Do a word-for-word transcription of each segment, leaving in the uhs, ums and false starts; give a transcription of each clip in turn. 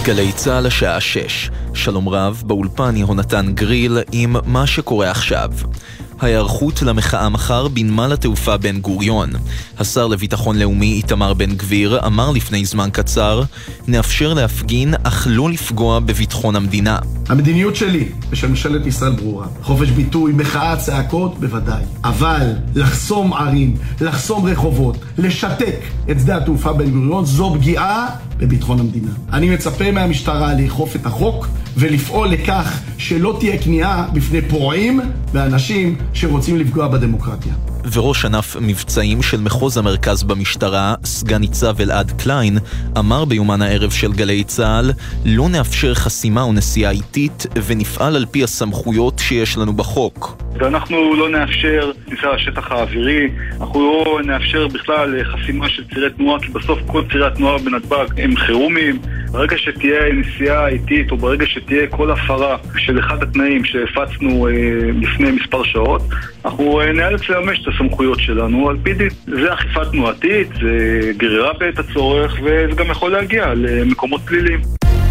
גלי צהל השעה שש. שלום רב, באולפן יהונתן גריל עם מה שקורה עכשיו. ההיערכות למחאה מחר בנמל התעופה בן גוריון. השר לביטחון לאומי איתמר בן גביר אמר לפני זמן קצר, נאפשר להפגין אך לא לפגוע בביטחון המדינה. המדיניות שלי ושל ממשלת ישראל ברורה. חופש ביטוי, מחאה, צעקות, בוודאי. אבל לחסום ערים, לחסום רחובות, לשתק את שדה התעופה בן גוריון, זו פגיעה בביטחון המדינה. אני מצפה מהמשטרה לאכוף את החוק ולפעול לכך שלא תהיה כניעה בפני פורעים ואנשים שרוצים לפגוע בדמוקרטיה. וראש ענף מבצעים של מחוז המרכז במשטרה, סגן ניצב אלעד קליין, אמר ביומן הערב של גלי צהל, לא נאפשר חסימה או נסיעה איטית ונפעל על פי הסמכויות שיש לנו בחוק. ואנחנו לא נאפשר נסיעה לשטח האווירי, אנחנו לא נאפשר בכלל חסימה של צירי תנועה, כי בסוף כל צירי התנועה בנתב"ג הם חירומים. ברגע שתהיה נסיעה איטית או ברגע שתהיה כל הפרה של אחד התנאים שהפצנו אה, לפני מספר שעות, אנחנו אה, נאלץ לממש את הסמכויות שלנו על פי דין. זה אכיפה תנועתית, זה גרירה בעת הצורך, וזה גם יכול להגיע למקומות פליליים.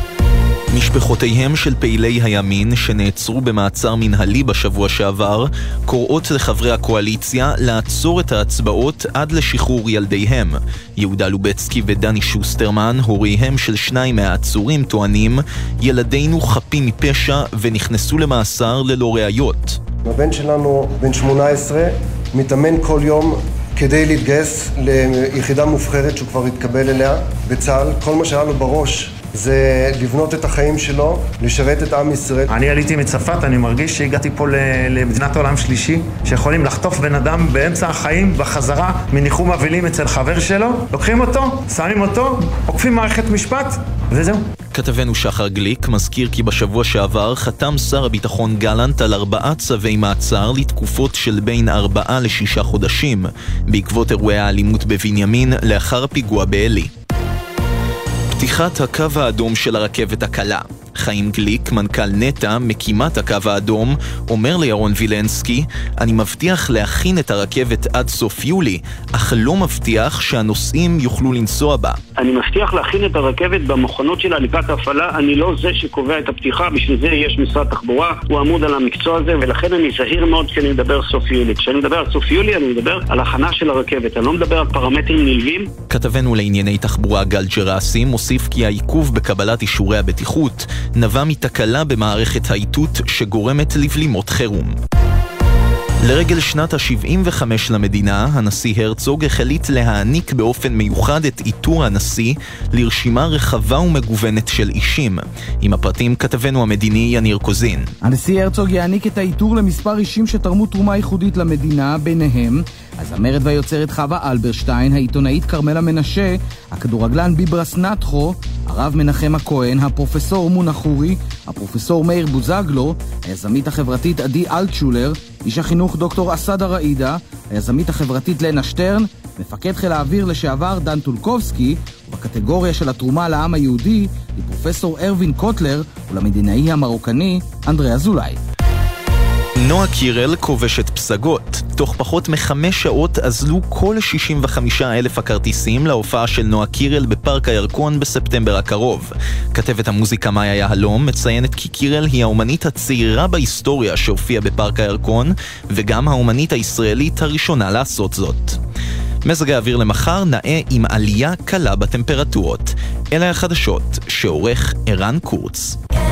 משפחותיהם של פעילי הימין שנעצרו במעצר מנהלי בשבוע שעבר קוראות לחברי הקואליציה לעצור את ההצבעות עד לשחרור ילדיהם. יהודה לובצקי ודני שוסטרמן, הוריהם של שניים מהעצורים, טוענים, ילדינו חפים מפשע ונכנסו למאסר ללא ראיות. הבן שלנו בן שמונה עשרה מתאמן כל יום כדי להתגייס ליחידה מובחרת שהוא כבר התקבל אליה בצה"ל. כל מה שהיה לו בראש זה לבנות את החיים שלו, לשרת את עם ישראל. אני עליתי מצפת, אני מרגיש שהגעתי פה למדינת העולם שלישי, שיכולים לחטוף בן אדם באמצע החיים בחזרה מניחום אבלים אצל חבר שלו, לוקחים אותו, שמים אותו, עוקפים מערכת משפט, וזהו. כתבנו שחר גליק מזכיר כי בשבוע שעבר חתם שר הביטחון גלנט על ארבעה צווי מעצר לתקופות של בין ארבעה לשישה חודשים, בעקבות אירועי האלימות בבנימין לאחר הפיגוע באלי. פתיחת הקו האדום של הרכבת הקלה. חיים גליק, מנכ"ל נטה, מקימת הקו האדום, אומר לירון וילנסקי, אני מבטיח להכין את הרכבת עד סוף יולי, אך לא מבטיח שהנוסעים יוכלו לנסוע בה. אני מבטיח להכין את הרכבת במוכנות שלה לקראת ההפעלה, אני לא זה שקובע את הפתיחה, בשביל זה יש משרד תחבורה, הוא עמוד על המקצוע הזה, ולכן אני זהיר מאוד כשאני מדבר סוף יולי. כשאני מדבר על סוף יולי, אני מדבר על הכנה של הרכבת, אני לא מדבר על פרמטרים נלווים. כתבנו לענייני תחבורה גל ג'רסי מוסיף כי העיכוב בקבלת אישורי הבטיחות נבע מתקלה במערכת האיתות שגורמת לבלימות חירום. לרגל שנת ה-שבעים וחמש למדינה, הנשיא הרצוג החליט להעניק באופן מיוחד את עיטור הנשיא לרשימה רחבה ומגוונת של אישים. עם הפרטים כתבנו המדיני יניר קוזין. הנשיא הרצוג יעניק את העיטור למספר אישים שתרמו תרומה ייחודית למדינה, ביניהם הזמרת והיוצרת חווה אלברשטיין, העיתונאית קרמלה מנשה, הכדורגלן ביברס נטחו, הרב מנחם הכהן, הפרופסור מונה חורי, הפרופסור מאיר בוזגלו, היזמית החברתית עדי אלטשולר, איש החינוך דוקטור אסד הראידה, היזמית החברתית לנה שטרן, מפקד חיל האוויר לשעבר דן טולקובסקי, ובקטגוריה של התרומה לעם היהודי, לפרופסור ארווין קוטלר ולמדינאי המרוקני אנדרי אזולאי. נועה קירל כובשת פסגות. תוך פחות מחמש שעות אזלו כל שישים וחמישה אלף הכרטיסים להופעה של נועה קירל בפארק הירקון בספטמבר הקרוב. כתבת המוזיקה מאיה יהלום מציינת כי קירל היא האומנית הצעירה בהיסטוריה שהופיעה בפארק הירקון, וגם האומנית הישראלית הראשונה לעשות זאת. מזג האוויר למחר נאה עם עלייה קלה בטמפרטורות. אלה החדשות שעורך ערן קורץ.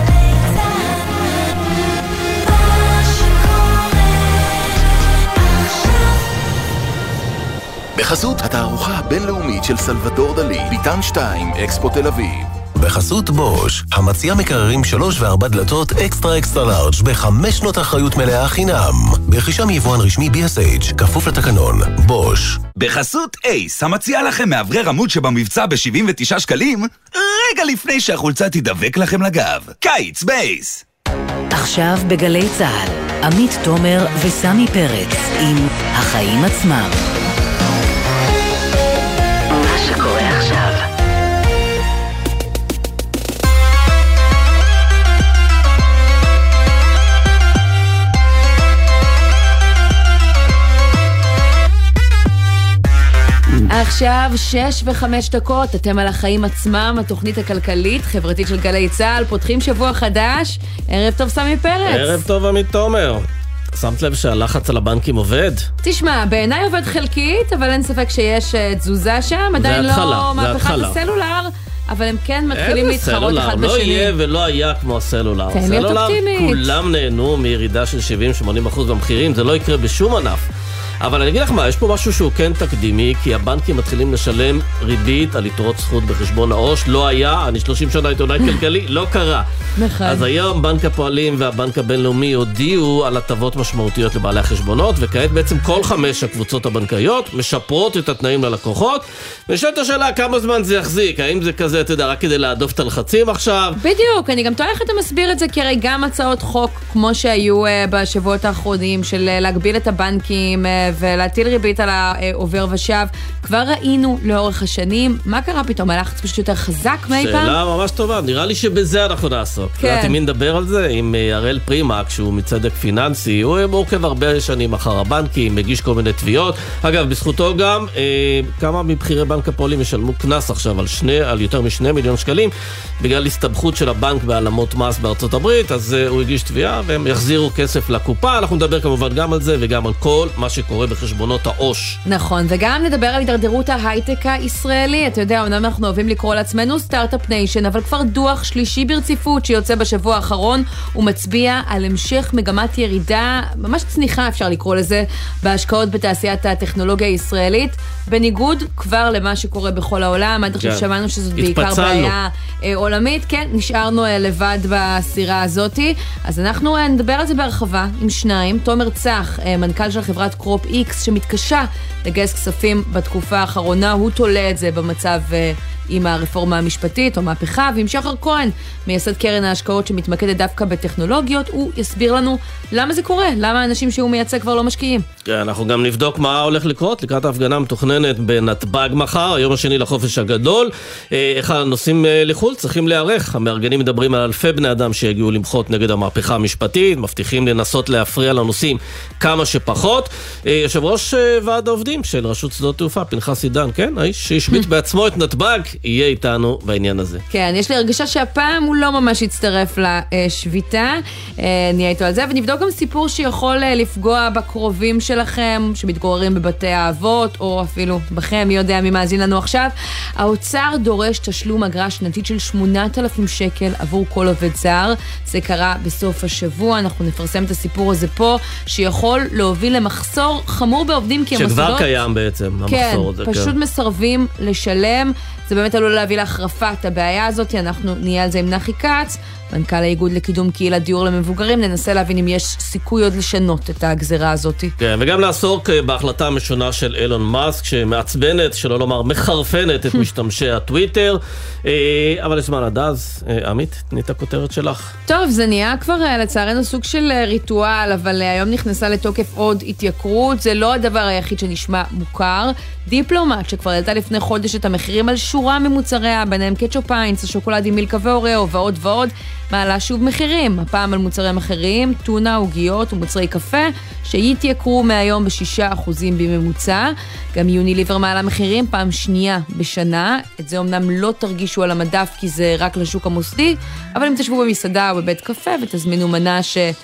בחסות התערוכה הבינלאומית של סלבדור דלי, ביטן שתיים, אקספו תל אביב. בחסות בוש, המציע מקררים שלוש וארבע דלתות אקסטרה אקסטרה לארג' בחמש שנות אחריות מלאה חינם. ברכישה מיבואן רשמי בי אס אייץ', כפוף לתקנון. בוש. בחסות אייס, המציע לכם מאוורר עמוד שבמבצע ב-שבעים ותשעה שקלים, רגע לפני שהחולצה תדבק לכם לגב. קיץ בייס. עכשיו בגלי צהל, עמית תומר וסמי פרץ עם החיים עצמם. עכשיו שש וחמש דקות, אתם על החיים עצמם, התוכנית הכלכלית, חברתית של גלי צהל, פותחים שבוע חדש. ערב טוב סמי פרץ. ערב טוב עמית תומר. שמת לב שהלחץ על הבנקים עובד? תשמע, בעיניי עובד חלקית, אבל אין ספק שיש תזוזה שם, עדיין לא מהפכת הסלולר, אבל הם כן מתחילים להתחרות אחד בשני. לא יהיה ולא היה כמו הסלולר. תן להיות אופטימית. כולם נהנו מירידה של שבעים שמונים אחוז במחירים, זה לא יקרה בשום ענף. אבל אני אגיד לך מה, יש פה משהו שהוא כן תקדימי, כי הבנקים מתחילים לשלם ריבית על יתרות זכות בחשבון העו"ש, לא היה, אני שלושים שנה עיתונאי כלכלי, לא קרה. נכון. אז היום בנק הפועלים והבנק הבינלאומי הודיעו על הטבות משמעותיות לבעלי החשבונות, וכעת בעצם כל חמש הקבוצות הבנקאיות משפרות את התנאים ללקוחות, ושאלת השאלה כמה זמן זה יחזיק, האם זה כזה, אתה יודע, רק כדי להדוף את הלחצים עכשיו? בדיוק, אני גם תוהה איך אתה מסביר את זה, כי הרי גם הצעות חוק, כמו שהיו בשבועות האחרונים, של להגביל את הבנקים ולהטיל ריבית על העובר ושב, כבר ראינו לאורך השנים, מה קרה פתאום? הלחץ פשוט יותר חזק מאי פעם? שאלה ממש טובה, נראה לי שבזה אנחנו נעסוק. כן. יודעת, מי נדבר על זה? עם הראל פרימק, שהוא מצדק פיננסי, הוא מורכב הרבה שנים אחר הבנקים, מגיש כל מיני תביעות. אגב, בזכותו גם, אה, כמה מבחירי בנק הפועלים ישלמו כנס עכשיו על, שני, על יותר משני מיליון שקלים, בגלל הסתבכות של הבנק בהעלמות מס בארצות הברית, אז אה, הוא הגיש תביעה, והם יחזירו כסף לקופה. אנחנו נדבר כמובן גם על זה, וגם על כל מה שקורה בחשבונות העו"ש. נכון, וגם נדבר על הידרדרות ההייטק הישראלי. אתה יודע, אומנם אנחנו אוהבים לקרוא לעצמנו סטארט-אפ ניישן, אבל כבר דוח שלישי ברציפות שיוצא בשבוע האחרון, הוא מצביע על המשך מגמת ירידה, ממש צניחה אפשר לקרוא לזה, בהשקעות בתעשיית הטכנולוגיה הישראלית, בניגוד כבר למה שקורה בכל העולם. עד עכשיו שמענו שזאת בעיקר בעיה עולמית, כן, נשארנו לבד בסירה הזאת, אז אנחנו נדבר על זה בהרחבה עם שניים, תומר צח, מנכ"ל של חברת קרופ איקס, שמתקשה לגייס כספים בתקופה האחרונה, הוא תולה את זה במצב עם הרפורמה המשפטית או מהפכה, ועם שחר כהן, מייסד קרן ההשקעות שמתמקדת דווקא בטכנולוגיות, הוא יסביר לנו למה זה קורה, למה האנשים שהוא מייצג כבר לא משקיעים. כן, אנחנו גם נבדוק מה הולך לקרות לקראת ההפגנה המתוכננת בנתב"ג מחר, היום השני לחופש הגדול. איך הנושאים לחול צריכים להיערך, המארגנים מדברים על אלפי בני אדם שיגיעו למחות נגד המהפכה המשפטית, מבטיחים לנסות להפריע לנושאים כמה שפחות. יושב ראש ועד העובדים של רשות שדות תעופה, פנחס עידן, כן, האיש שהשמיט בעצמו את נתב"ג, יהיה איתנו בעניין הזה. כן, יש לי הרגשה שהפעם הוא לא ממש יצטרף לשביתה, נהיה איתו על זה, ונבדוק גם סיפור שיכול לפגוע בקרובים שלכם, שמתגוררים בבתי האבות, או אפילו בכם, מי יודע מי מאזין לנו עכשיו. האוצר דורש תשלום אגרה שנתית של שמונת אלפים שקל עבור כל עובד זר, זה קרה בסוף השבוע, אנחנו נפרסם את הסיפור הזה פה, שיכול להוביל למחסור חמור בעובדים, כי המוסדות... שכבר קיים בעצם, המחסור הזה. כן, פשוט מסרבים לשלם, זה באמת עלול להביא להחרפת הבעיה הזאת, אנחנו נהיה על זה עם נחי קץ, מנכ"ל האיגוד לקידום קהילת דיור למבוגרים, ננסה להבין אם יש סיכוי עוד לשנות את הגזרה הזאת. כן, וגם לעסוק בהחלטה המשונה של אילון מאסק, שמעצבנת, שלא לומר מחרפנת את משתמשי הטוויטר, אבל יש זמן עד אז, עמית, תני את הכותרת שלך. טוב, זה נהיה כבר לצערנו סוג של ריטואל, אבל היום נכנסה לתוקף עוד התייקרות, זה לא הדבר היחיד שנשמע מוכר, דיפלומט, שכבר העלתה לפני חודש את המחירים על שורה ממוצריה, ביניהם קטשופ היינץ, השוקולדים מילקה ואוריאו ועוד ועוד, מעלה שוב מחירים, הפעם על מוצרים אחרים, טונה, עוגיות ומוצרי קפה, שיתייקרו מהיום בשישה אחוזים בממוצע. גם יוניליבר מעלה מחירים פעם שנייה בשנה, את זה אמנם לא תרגישו על המדף כי זה רק לשוק המוסדי, אבל אם תשבו במסעדה או בבית קפה ותזמינו מנה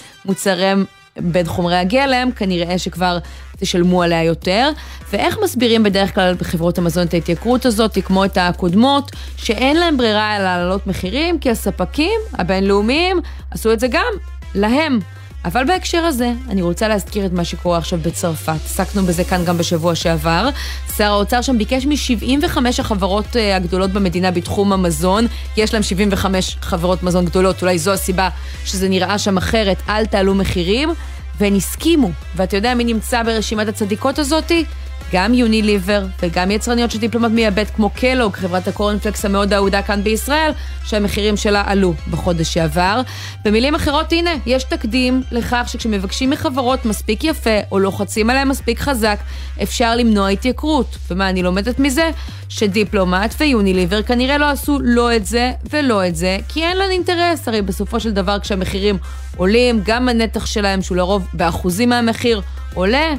שמוצרם בין חומרי הגלם, כנראה שכבר תשלמו עליה יותר. ואיך מסבירים בדרך כלל בחברות המזון את ההתייקרות הזאת, כמו את הקודמות, שאין להם ברירה אלא לעלות מחירים, כי הספקים הבינלאומיים עשו את זה גם להם. אבל בהקשר הזה, אני רוצה להזכיר את מה שקורה עכשיו בצרפת. עסקנו בזה כאן גם בשבוע שעבר. שר האוצר שם ביקש מ-שבעים וחמש החברות הגדולות במדינה בתחום המזון. יש להם שבעים וחמש חברות מזון גדולות, אולי זו הסיבה שזה נראה שם אחרת, אל תעלו מחירים, והן הסכימו. ואתה יודע מי נמצא ברשימת הצדיקות הזאת? גם יוניליבר וגם יצרניות של דיפלומט מייבט כמו קלוג, חברת הקורנפלקס המאוד אהודה כאן בישראל, שהמחירים שלה עלו בחודש שעבר. במילים אחרות, הנה, יש תקדים לכך שכשמבקשים מחברות מספיק יפה או לוחצים עליהם מספיק חזק, אפשר למנוע התייקרות. ומה אני לומדת מזה? שדיפלומט ויוניליבר כנראה לא עשו לא את זה ולא את זה, כי אין להם אינטרס. הרי בסופו של דבר כשהמחירים עולים, גם הנתח שלהם שהוא לרוב באחוזים מהמחיר עולה,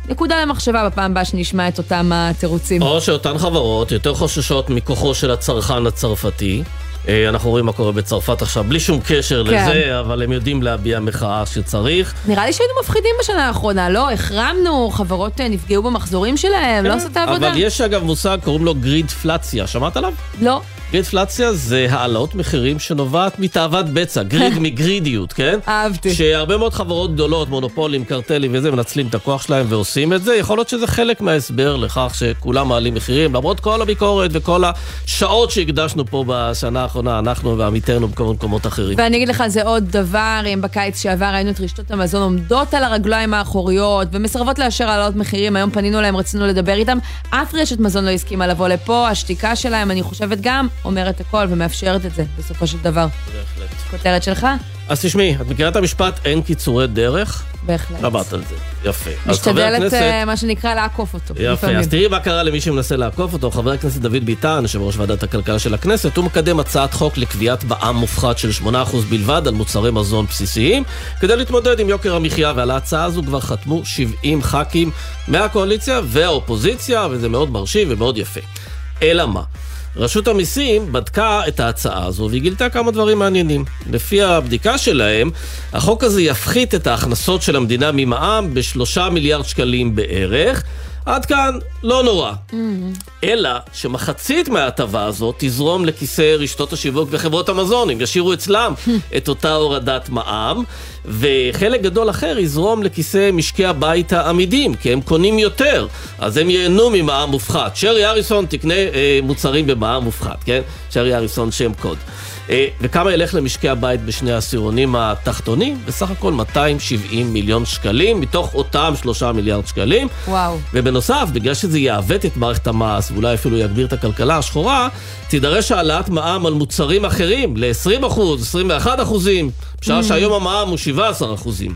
נקודה למחשבה בפעם הבאה שנשמע את אותם התירוצים. או שאותן חברות יותר חוששות מכוחו של הצרכן הצרפתי. אנחנו רואים מה קורה בצרפת עכשיו, בלי שום קשר כן. לזה, אבל הם יודעים להביע מחאה שצריך. נראה לי שהיינו מפחידים בשנה האחרונה, לא? החרמנו, חברות נפגעו במחזורים שלהם, כן. לא עשו את העבודה. אבל יש אגב מושג, קוראים לו גרידפלציה, שמעת עליו? לא. גרידפלציה זה העלות מחירים שנובעת מתאוות בצע, גריד מגרידיות, כן? אהבתי. שהרבה מאוד חברות גדולות, מונופולים, קרטלים וזה, מנצלים את הכוח שלהם ועושים את זה. יכול להיות שזה חלק מההסבר לכך שכולם מעלים מחירים, למרות כל הביקורת וכל השעות שהקדשנו פה בשנה האחרונה, אנחנו ועמיתנו במקומות אחרים. ואני אגיד לך, זה עוד דבר, אם בקיץ שעבר ראינו את רשתות המזון עומדות על הרגליים האחוריות ומסרבות לאשר העלות מחירים, היום פנינו להם, רצינו לדבר איתם, אף רשת מזון לא הסכימה לבוא לפה, השתיקה שלהם, אני חושבת גם אומרת הכל ומאפשרת את זה בסופו של דבר. בהחלט. כותרת שלך? אז תשמעי, את מכירה את המשפט אין קיצורי דרך? בהחלט. רבת על זה, יפה. משתדלת הכנסת... מה שנקרא לעקוף אותו. יפה, לפעמים. אז תראי מה קרה למי שמנסה לעקוף אותו. חבר הכנסת דוד ביטן, יושב ראש ועדת הכלכלה של הכנסת, הוא מקדם הצעת חוק לקביעת מע"מ מופחת של שמונה אחוז בלבד על מוצרי מזון בסיסיים, כדי להתמודד עם יוקר המחיה, ועל ההצעה הזו כבר חתמו שבעים ח"כים מהקואליציה והאופוזיציה, וזה מאוד מרשים ומאוד יפה. אלא מה? רשות המיסים בדקה את ההצעה הזו והיא גילתה כמה דברים מעניינים. לפי הבדיקה שלהם, החוק הזה יפחית את ההכנסות של המדינה ממע"מ בשלושה מיליארד שקלים בערך. עד כאן לא נורא. Mm-hmm. אלא שמחצית מההטבה הזאת תזרום לכיסי רשתות השיווק וחברות המזון, הם ישירו אצלם את אותה הורדת מע"מ, וחלק גדול אחר יזרום לכיסי משקי הבית העמידים, כי הם קונים יותר, אז הם ייהנו ממע"מ מופחת. שרי אריסון תקנה אה, מוצרים במע"מ מופחת, כן? שרי אריסון שם קוד. אה, וכמה ילך למשקי הבית בשני העשירונים התחתונים? בסך הכל מאתיים שבעים מיליון שקלים, מתוך אותם שלושה מיליארד שקלים. וואו. ובנוסף, בגלל שזה יעוות את מערכת המס, ואולי אפילו יגביר את הכלכלה השחורה, תידרש העלאת מע"מ על מוצרים אחרים, ל-עשרים אחוז, עשרים ואחד אחוזים, בשעה שהיום המע"מ הוא שבעה עשר אחוזים.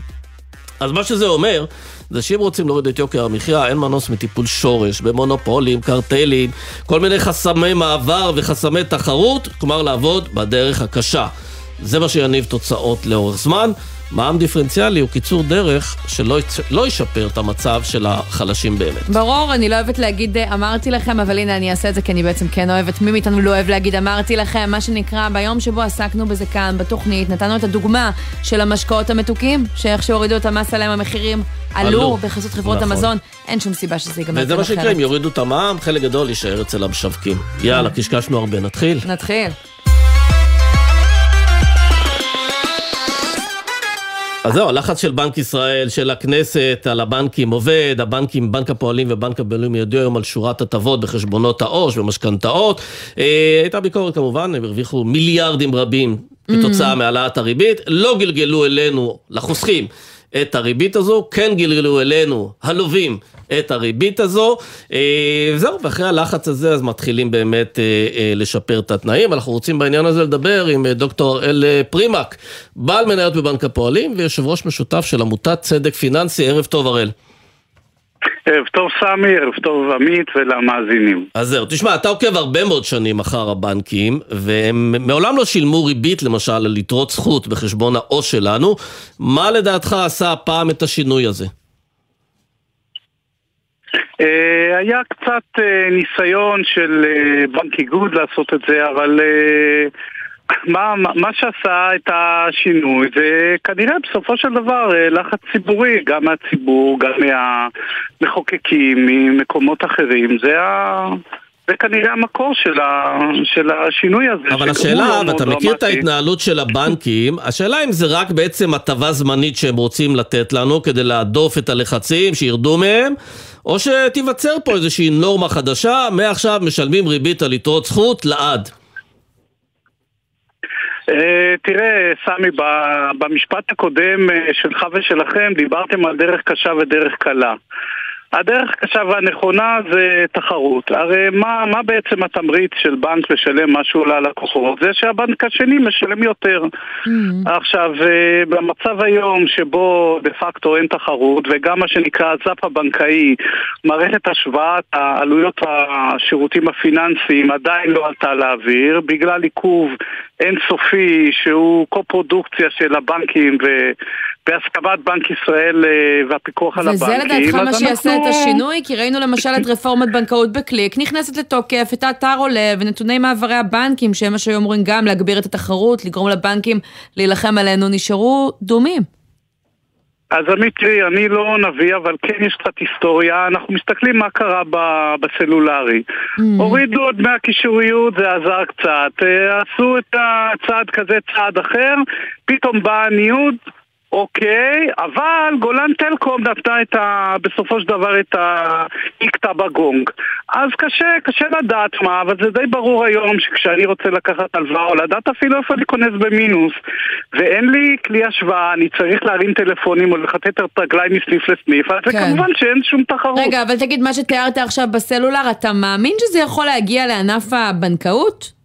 אז מה שזה אומר, זה שאם רוצים להוריד את יוקר המחיה, אין מנוס מטיפול שורש, במונופולים, קרטלים, כל מיני חסמי מעבר וחסמי תחרות, כלומר לעבוד בדרך הקשה. זה מה שיניב תוצאות לאורך זמן. מע"מ דיפרנציאלי הוא קיצור דרך שלא לא ישפר את המצב של החלשים באמת. ברור, אני לא אוהבת להגיד אמרתי לכם, אבל הנה אני אעשה את זה כי אני בעצם כן אוהבת. מי מאיתנו לא אוהב להגיד אמרתי לכם, מה שנקרא ביום שבו עסקנו בזה כאן בתוכנית, נתנו את הדוגמה של המשקאות המתוקים, שאיך שהורידו את המס עליהם המחירים עלו, עלו. בחסות חברות נכון. המזון, אין שום סיבה שזה ייגמר. וזה מה שיקרה, אם יורידו את המע"מ, חלק גדול יישאר אצל המשווקים. יאללה, קשקשנו הרבה, נתחיל. נתחיל. אז זהו, הלחץ של בנק ישראל, של הכנסת, על הבנקים עובד, הבנקים, בנק הפועלים ובנק הבינלאומי יודיעו היום על שורת הטבות בחשבונות העו"ש ומשכנתאות. הייתה ביקורת כמובן, הם הרוויחו מיליארדים רבים כתוצאה מהעלאת הריבית, לא גלגלו אלינו, לחוסכים, את הריבית הזו, כן גלגלו אלינו, הלווים, את הריבית הזו, זהו, ואחרי הלחץ הזה אז מתחילים באמת לשפר את התנאים. אנחנו רוצים בעניין הזה לדבר עם דוקטור אראל פרימק, בעל מניות בבנק הפועלים ויושב ראש משותף של עמותת צדק פיננסי. ערב טוב אראל. ערב טוב סמי, ערב טוב עמית ולמאזינים. אז זהו, תשמע, אתה עוקב הרבה מאוד שנים אחר הבנקים, והם מעולם לא שילמו ריבית למשל על יתרות זכות בחשבון העו"ש שלנו. מה לדעתך עשה הפעם את השינוי הזה? היה קצת ניסיון של בנק איגוד לעשות את זה, אבל מה, מה שעשה את השינוי זה כנראה בסופו של דבר לחץ ציבורי, גם מהציבור, גם מהמחוקקים, ממקומות אחרים. זה ה... זה כנראה המקור של, ה... של השינוי הזה. אבל השאלה, ואתה מכיר את ההתנהלות של הבנקים, השאלה אם זה רק בעצם הטבה זמנית שהם רוצים לתת לנו כדי להדוף את הלחצים שירדו מהם, או שתיווצר פה איזושהי נורמה חדשה, מעכשיו משלמים ריבית על יתרות זכות לעד. תראה סמי, במשפט הקודם שלך ושלכם דיברתם על דרך קשה ודרך קלה. הדרך קשה והנכונה זה תחרות. הרי מה, מה בעצם התמריץ של בנק לשלם משהו ללקוחות? זה שהבנק השני משלם יותר. Mm-hmm. עכשיו, במצב היום שבו דה פקטו אין תחרות, וגם מה שנקרא הזאפ הבנקאי, מערכת השוואת העלויות השירותים הפיננסיים עדיין לא עלתה לאוויר, בגלל עיכוב אינסופי שהוא קופרודוקציה של הבנקים ו... בהסכמת בנק ישראל והפיקוח על הבנקים. וזה לדעתך מה שיעשה אנחנו... את השינוי? כי ראינו למשל את רפורמת בנקאות בקליק, נכנסת לתוקף, את האתר עולה, ונתוני מעברי הבנקים, שהם מה שהיו אמורים גם להגביר את התחרות, לגרום לבנקים להילחם עלינו, נשארו דומים. אז עמית, תראי, אני לא נביא, אבל כן יש קצת היסטוריה. אנחנו מסתכלים מה קרה ב- בסלולרי. Mm. הורידו עוד מהקישוריות, זה עזר קצת. עשו את הצעד כזה, צעד אחר, פתאום בא הניוד, אוקיי, אבל גולן טלקום נתנה את ה... בסופו של דבר את האיקטה בגונג. אז קשה, קשה לדעת מה, אבל זה די ברור היום שכשאני רוצה לקחת הלוואה או לדעת אפילו איפה אני כונס במינוס, ואין לי כלי השוואה, אני צריך להרים טלפונים או לחטט את רגליים מסניף לסניף, אז זה כמובן שאין שום תחרות. רגע, אבל תגיד, מה שתיארת עכשיו בסלולר, אתה מאמין שזה יכול להגיע לענף הבנקאות?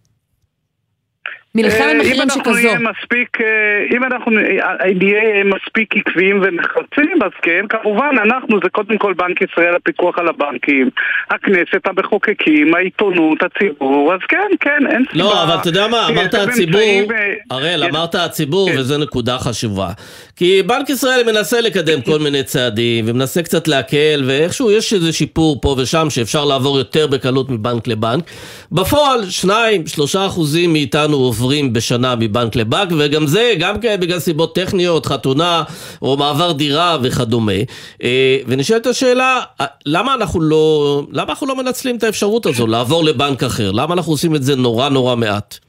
מלחמת מחירים שכזו. מספיק, אם אנחנו נהיה מספיק עקביים ונחרצים, אז כן, כמובן אנחנו, זה קודם כל בנק ישראל, הפיקוח על הבנקים, הכנסת, המחוקקים, העיתונות, הציבור, אז כן, כן, אין סיבה. לא, אבל אתה יודע מה, אמרת הציבור, הראל, אמרת הציבור, וזה נקודה חשובה. כי בנק ישראל מנסה לקדם כל מיני צעדים, ומנסה קצת להקל, ואיכשהו יש איזה שיפור פה ושם, שאפשר לעבור יותר בקלות מבנק לבנק. בפועל, שניים, שלושה אחוזים מאיתנו עוברים בשנה מבנק לבנק, וגם זה, גם כן בגלל סיבות טכניות, חתונה, או מעבר דירה וכדומה. ונשאלת השאלה, למה אנחנו לא, למה אנחנו לא מנצלים את האפשרות הזו, לעבור לבנק אחר? למה אנחנו עושים את זה נורא נורא מעט?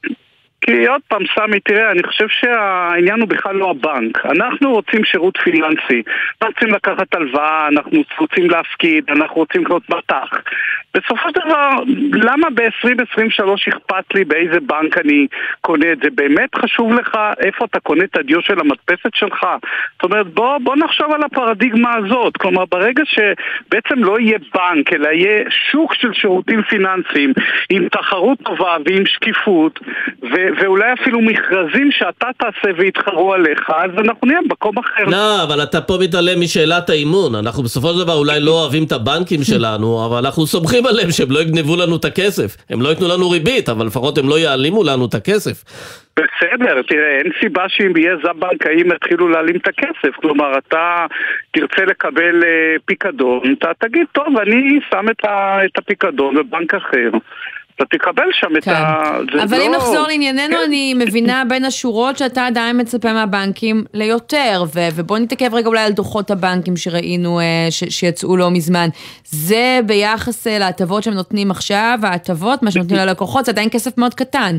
כי עוד פעם, סמי, תראה, אני חושב שהעניין הוא בכלל לא הבנק. אנחנו רוצים שירות פיננסי. אנחנו רוצים לקחת הלוואה, אנחנו רוצים להפקיד, אנחנו רוצים לקנות בטח. בסופו של דבר, למה ב-עשרים עשרים ושלוש אכפת לי באיזה בנק אני קונה את זה? באמת חשוב לך איפה אתה קונה את הדיו של המדפסת שלך? זאת אומרת, בוא, בוא נחשוב על הפרדיגמה הזאת. כלומר, ברגע שבעצם לא יהיה בנק, אלא יהיה שוק של שירותים פיננסיים, עם תחרות טובה ועם שקיפות, ו- ואולי אפילו מכרזים שאתה תעשה ויתחרו עליך, אז אנחנו נהיה במקום אחר. לא, אבל אתה פה מתעלם משאלת האימון. אנחנו בסופו של דבר אולי לא אוהבים את הבנקים שלנו, אבל אנחנו סומכים עליהם שהם לא יגנבו לנו את הכסף. הם לא ייתנו לנו ריבית, אבל לפחות הם לא יעלימו לנו את הכסף. בסדר, תראה, אין סיבה שאם יהיה זב בנקאים יתחילו להעלים את הכסף. כלומר, אתה תרצה לקבל פיקדון, אתה תגיד, טוב, אני שם את, ה- את הפיקדון בבנק אחר. אתה תקבל שם את ה... אבל אם נחזור לענייננו, אני מבינה בין השורות שאתה עדיין מצפה מהבנקים ליותר, ובוא נתעכב רגע אולי על דוחות הבנקים שראינו שיצאו לא מזמן. זה ביחס להטבות שהם נותנים עכשיו, ההטבות, מה שנותנים ללקוחות, זה עדיין כסף מאוד קטן.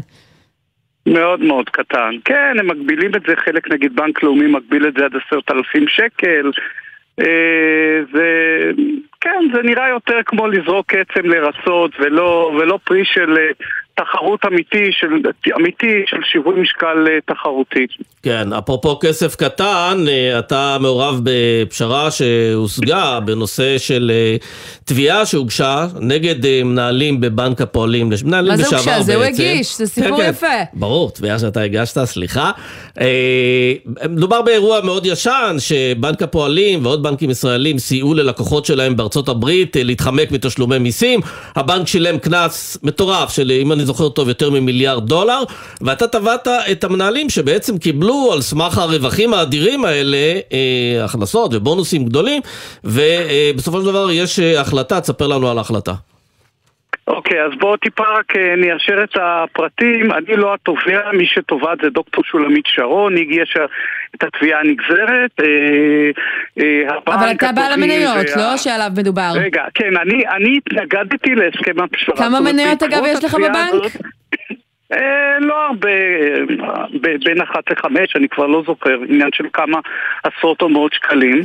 מאוד מאוד קטן. כן, הם מגבילים את זה, חלק נגיד בנק לאומי מגביל את זה עד עשרת אלפים שקל. זה... כן, זה נראה יותר כמו לזרוק עצם לרצות ולא, ולא פרי של תחרות אמיתי, של, אמיתי של שיווי משקל תחרותי. כן, אפרופו כסף קטן, אתה מעורב בפשרה שהושגה בנושא של תביעה שהוגשה נגד מנהלים בבנק הפועלים. מה זה הוגשה? זה הוא הגיש, זה סיפור כן, יפה. כן. ברור, תביעה שאתה הגשת, סליחה. מדובר באירוע מאוד ישן, שבנק הפועלים ועוד בנקים ישראלים סייעו ללקוחות שלהם בארצות הברית להתחמק מתשלומי מיסים. הבנק שילם קנס מטורף של, אם אני זוכר טוב, יותר ממיליארד דולר, ואתה טבעת את המנהלים שבעצם קיבלו על סמך הרווחים האדירים האלה, אה, הכנסות ובונוסים גדולים, ובסופו של דבר יש החלטה, תספר לנו על ההחלטה. אוקיי, אז בואו טיפה רק ניישר את הפרטים. אני לא התובע, מי שתובעת זה דוקטור שולמית שרון, הגיע את התביעה הנגזרת. אבל אתה בעל המניות, לא שעליו מדובר. רגע, כן, אני התנגדתי להסכם הפשרה. כמה מניות אגב יש לך בבנק? לא הרבה, בין אחת לחמש, אני כבר לא זוכר, עניין של כמה עשרות או מאות שקלים.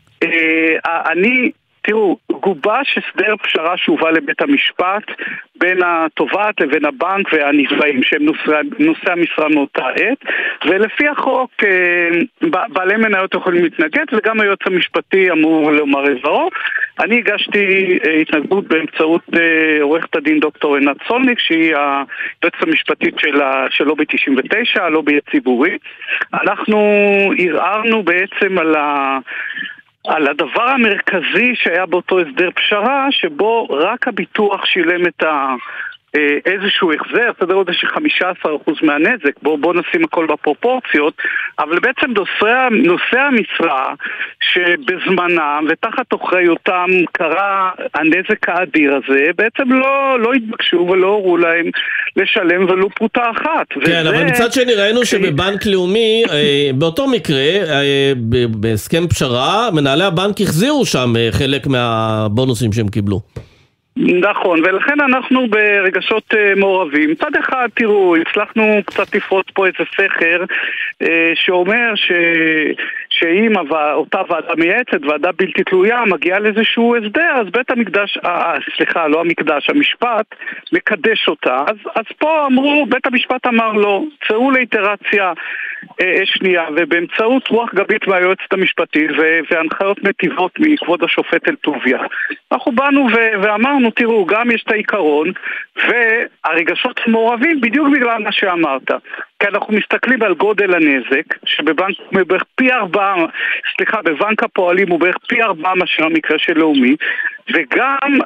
אני... תראו, גובש הסדר פשרה שהובא לבית המשפט בין התובעת לבין הבנק והנתבעים שהם נושאי המשרה מאותה עת, ולפי החוק בעלי מניות יכולים להתנגד וגם היועץ המשפטי אמור לומר את דברו. אני הגשתי התנגדות באמצעות עורכת הדין דוקטור עינת סולניק שהיא היועצת המשפטית של לובי תשעים ותשע, הלובי הציבורי. אנחנו ערערנו בעצם על ה... על הדבר המרכזי שהיה באותו הסדר פשרה, שבו רק הביטוח שילם את איזשהו החזר, סדר גודל של חמישה עשר אחוז מהנזק, בואו בוא נשים הכל בפרופורציות, אבל בעצם נושא, נושא המשרה שבזמנם ותחת אחריותם קרה הנזק האדיר הזה, בעצם לא, לא התבקשו ולא הורו להם לשלם ולו פרוטה אחת. כן, וזה... אבל מצד שני ראינו שבבנק לאומי, באותו מקרה, בהסכם פשרה, מנהלי הבנק החזירו שם חלק מהבונוסים שהם קיבלו. נכון, ולכן אנחנו ברגשות uh, מעורבים. צד אחד, תראו, הצלחנו קצת לפרוץ פה איזה סכר uh, שאומר ש... שאם אותה ועדה מייעצת, ועדה בלתי תלויה, מגיעה לאיזשהו הסדר, אז בית המקדש, אה, סליחה, לא המקדש, המשפט, מקדש אותה. אז, אז פה אמרו, בית המשפט אמר לו, צאו לאיטרציה אה, שנייה, ובאמצעות רוח גבית מהיועצת המשפטית ו- והנחיות מטיבות מכבוד השופט אל טוביה. אנחנו באנו ו- ואמרנו, תראו, גם יש את העיקרון, והרגשות מעורבים בדיוק בגלל מה שאמרת. כי אנחנו מסתכלים על גודל הנזק, שבבנק הוא בערך פי ארבעה, סליחה, בבנק הפועלים הוא בערך פי ארבעה מאשר המקרה של לאומי, וגם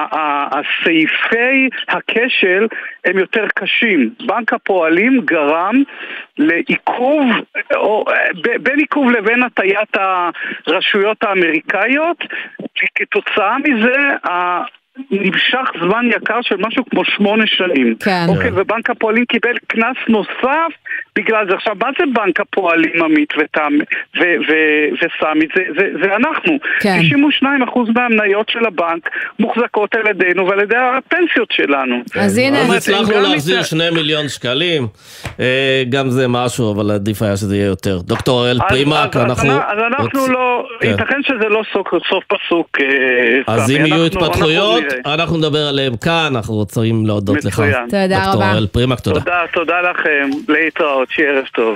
הסעיפי הכשל הם יותר קשים. בנק הפועלים גרם לעיכוב, או בין עיכוב לבין הטיית הרשויות האמריקאיות, וכתוצאה מזה נמשך זמן יקר של משהו כמו שמונה שנים. כן. אוקיי, ובנק הפועלים קיבל כנס נוסף בגלל זה. עכשיו, מה זה בנק הפועלים עמית וסמית? זה, זה, זה אנחנו. כן. תשעים ושניים אחוז מהמניות של הבנק מוחזקות על ידינו ועל ידי הפנסיות שלנו. אז הנה. אז הצלחנו להחזיר שני מיליון שקלים. גם זה משהו, אבל עדיף היה שזה יהיה יותר. דוקטור אראל פרימק, אנחנו... אז אנחנו לא... ייתכן שזה לא סוף פסוק. אז אם יהיו התפתחויות, אנחנו נדבר עליהם כאן, אנחנו רוצים להודות לך. תודה רבה. דוקטור אראל פרימק, תודה. תודה, תודה לכם. להתראות, שיהיה ערב טוב.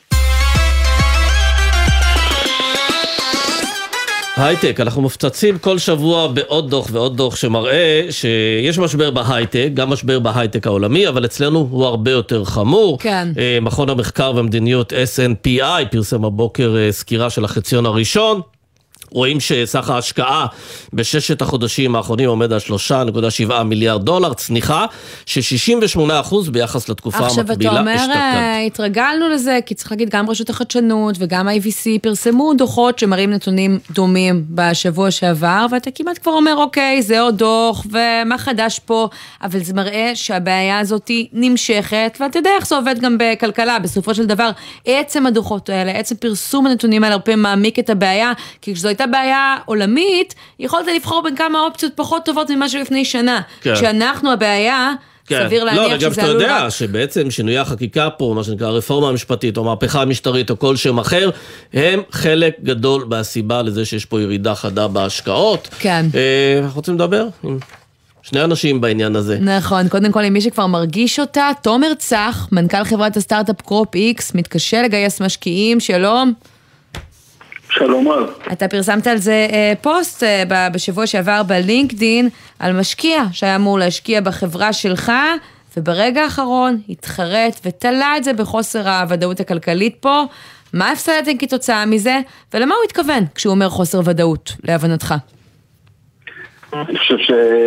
הייטק, אנחנו מפצצים כל שבוע בעוד דוח ועוד דוח שמראה שיש משבר בהייטק, גם משבר בהייטק העולמי, אבל אצלנו הוא הרבה יותר חמור. כן. מכון המחקר והמדיניות אס אנד פי איי פרסם הבוקר סקירה של החציון הראשון, רואים שסך ההשקעה בששת החודשים האחרונים עומד על שלושה נקודה שבע מיליארד דולר, צניחה ש-שישים ושמונה אחוז ביחס לתקופה המקבילה. עכשיו אתה אומר, התרגלנו לזה, כי צריך להגיד, גם רשות החדשנות וגם איי וי סי פרסמו דוחות שמראים נתונים דומים בשבוע שעבר, ואתה כמעט כבר אומר, אוקיי, זה עוד דוח, ומה חדש פה, אבל זה מראה שהבעיה הזאת נמשכת, ואתה יודע איך זה עובד גם בכלכלה, בסופו של דבר, עצם הדוחות האלה, עצם פרסום הנתונים האלה, הרבה מעמיק את הבעיה, כי כשזו הייתה בעיה עולמית, יכולת לבחור בין כמה אופציות פחות טובות ממה שלפני שנה. כן. כשאנחנו הבעיה, כן. סביר להניח לא, שזה עלול... לא, וגם שאתה יודע רק... שבעצם שינויי החקיקה פה, מה שנקרא רפורמה המשפטית או מהפכה המשטרית או כל שם אחר, הם חלק גדול מהסיבה לזה שיש פה ירידה חדה בהשקעות. כן. אה, אנחנו רוצים לדבר עם שני אנשים בעניין הזה. נכון, קודם כל עם מי שכבר מרגיש אותה, תומר צח, מנכ"ל חברת הסטארט-אפ קרופ איקס, מתקשה לגייס משקיעים, שלום. שלום רב. אתה פרסמת על זה אה, פוסט אה, בשבוע שעבר בלינקדין על משקיע שהיה אמור להשקיע בחברה שלך, וברגע האחרון התחרט ותלה את זה בחוסר הוודאות הכלכלית פה. מה הפסדתם כתוצאה מזה, ולמה הוא התכוון כשהוא אומר חוסר ודאות, להבנתך? אני חושב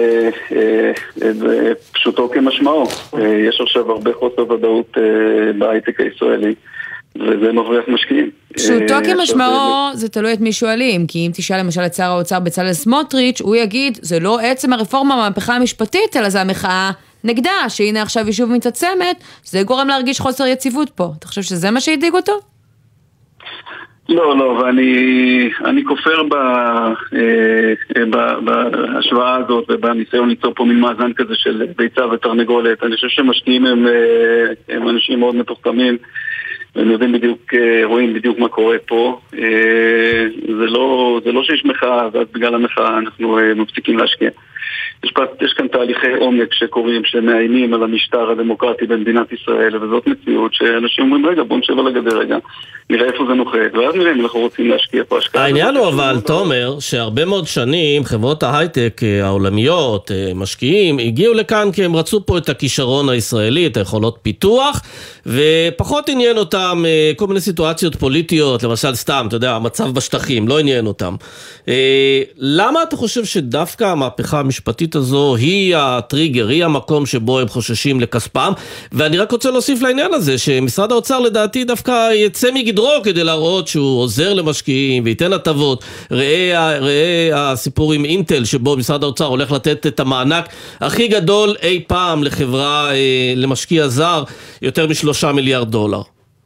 שזה פשוטו כמשמעו. יש עכשיו הרבה חוסר ודאות בהייטק הישראלי. וזה מבריח משקיעים. פשוטו כמשמעו, זה תלוי את מי שואלים, כי אם תשאל למשל את שר האוצר בצלאל סמוטריץ', הוא יגיד, זה לא עצם הרפורמה מהמהפכה המשפטית, אלא זה המחאה נגדה, שהנה עכשיו יישוב מתעצמת, זה גורם להרגיש חוסר יציבות פה. אתה חושב שזה מה שהדאיג אותו? לא, לא, ואני אני כופר ב, ב, בהשוואה הזאת ובניסיון ליצור פה מין מאזן כזה של ביצה ותרנגולת. אני חושב שמשקיעים הם, הם אנשים מאוד מתוחכמים, והם יודעים בדיוק, רואים בדיוק מה קורה פה. זה לא, זה לא שיש מחאה, ואז בגלל המחאה אנחנו מפסיקים להשקיע. יש, יש כאן תהליכי עומק שקורים, שמאיימים על המשטר הדמוקרטי במדינת ישראל, וזאת מציאות שאנשים אומרים, רגע, בוא נשב על הגדר רגע, נראה איפה זה נוחת, ואז נראה אם אנחנו רוצים להשקיע פה השקעה. העניין הוא אבל, תומר, שהרבה מאוד שנים חברות ההייטק העולמיות, משקיעים, הגיעו לכאן כי הם רצו פה את הכישרון הישראלי, את היכולות פיתוח, ופחות עניין אותם אותם כל מיני סיטואציות פוליטיות, למשל סתם, אתה יודע, המצב בשטחים, לא עניין אותם. למה אתה חושב שדווקא המהפכה המשפטית הזו היא הטריגר, היא המקום שבו הם חוששים לכספם? ואני רק רוצה להוסיף לעניין הזה, שמשרד האוצר לדעתי דווקא יצא מגדרו כדי להראות שהוא עוזר למשקיעים וייתן הטבות. ראה, ראה הסיפור עם אינטל, שבו משרד האוצר הולך לתת את המענק הכי גדול אי פעם לחברה, למשקיע זר, יותר משלושה מיליארד דולר.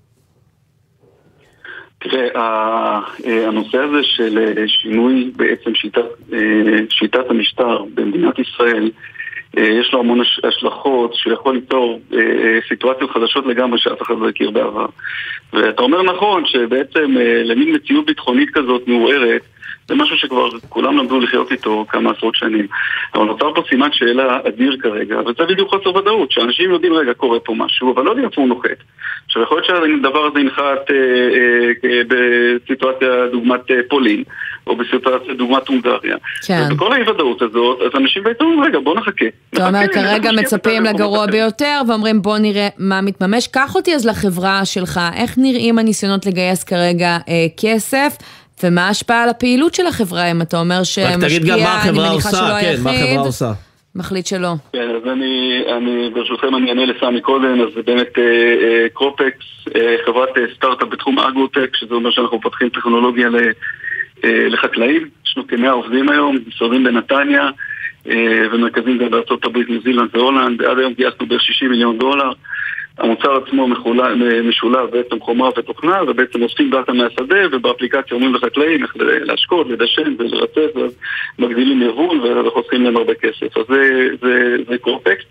תראה, הנושא הזה של שינוי בעצם שיטת, שיטת המשטר במדינת ישראל, יש לו המון השלכות שיכול ליצור סיטואציות חדשות לגמרי שאף אחד לא הכיר בעבר. ואתה אומר נכון שבעצם למין מציאות ביטחונית כזאת מעוררת, זה משהו שכבר כולם למדו לחיות איתו כמה עשרות שנים. אבל נוצר פה סימן שאלה אדיר כרגע, וזה בדיוק חוסר ודאות, שאנשים יודעים רגע קורה פה משהו, אבל לא יודעים איפה הוא נוחת. עכשיו יכול להיות שהדבר הזה ינחת אה, אה, אה, בסיטואציה דוגמת אה, פולין, או בסיטואציה דוגמת הונגריה. כן. ובכל האי-ודאות הזאת, אז אנשים בעצם אומרים, רגע בוא נחכה. אתה אומר כרגע מצפים לגרוע ביותר, ואומרים בוא נראה מה מתממש. קח אותי אז לחברה שלך, איך נראים הניסיונות לגייס כרגע אה, כסף, ומה ההשפעה על הפעילות של החברה, אם אתה אומר שמשקיע, אני מניחה שלא היחיד, מה החברה עושה? מחליט שלא. כן, אז אני, אני ברשותכם אני אענה לסמי קודם, אז זה באמת אה, אה, קרופקס, אה, חברת אה, סטארט-אפ בתחום אגרוטק, שזה אומר שאנחנו מפתחים טכנולוגיה ל, אה, לחקלאים, יש לנו כמאה עובדים היום, משרדים בנתניה, אה, ומרכזים גם בארצות הברית, ניו זילנד והולנד, עד היום גייסנו בערך שישים מיליון דולר, המוצר עצמו משולב בעצם חומרה ותוכנה, ובעצם עושים דאטה מהשדה, ובאפליקציה אומרים לחקלאים איך להשקות, לדשן ולרצף, ומגדילים יבול וחוסכים להם הרבה כסף. אז זה, זה, זה קורפקס.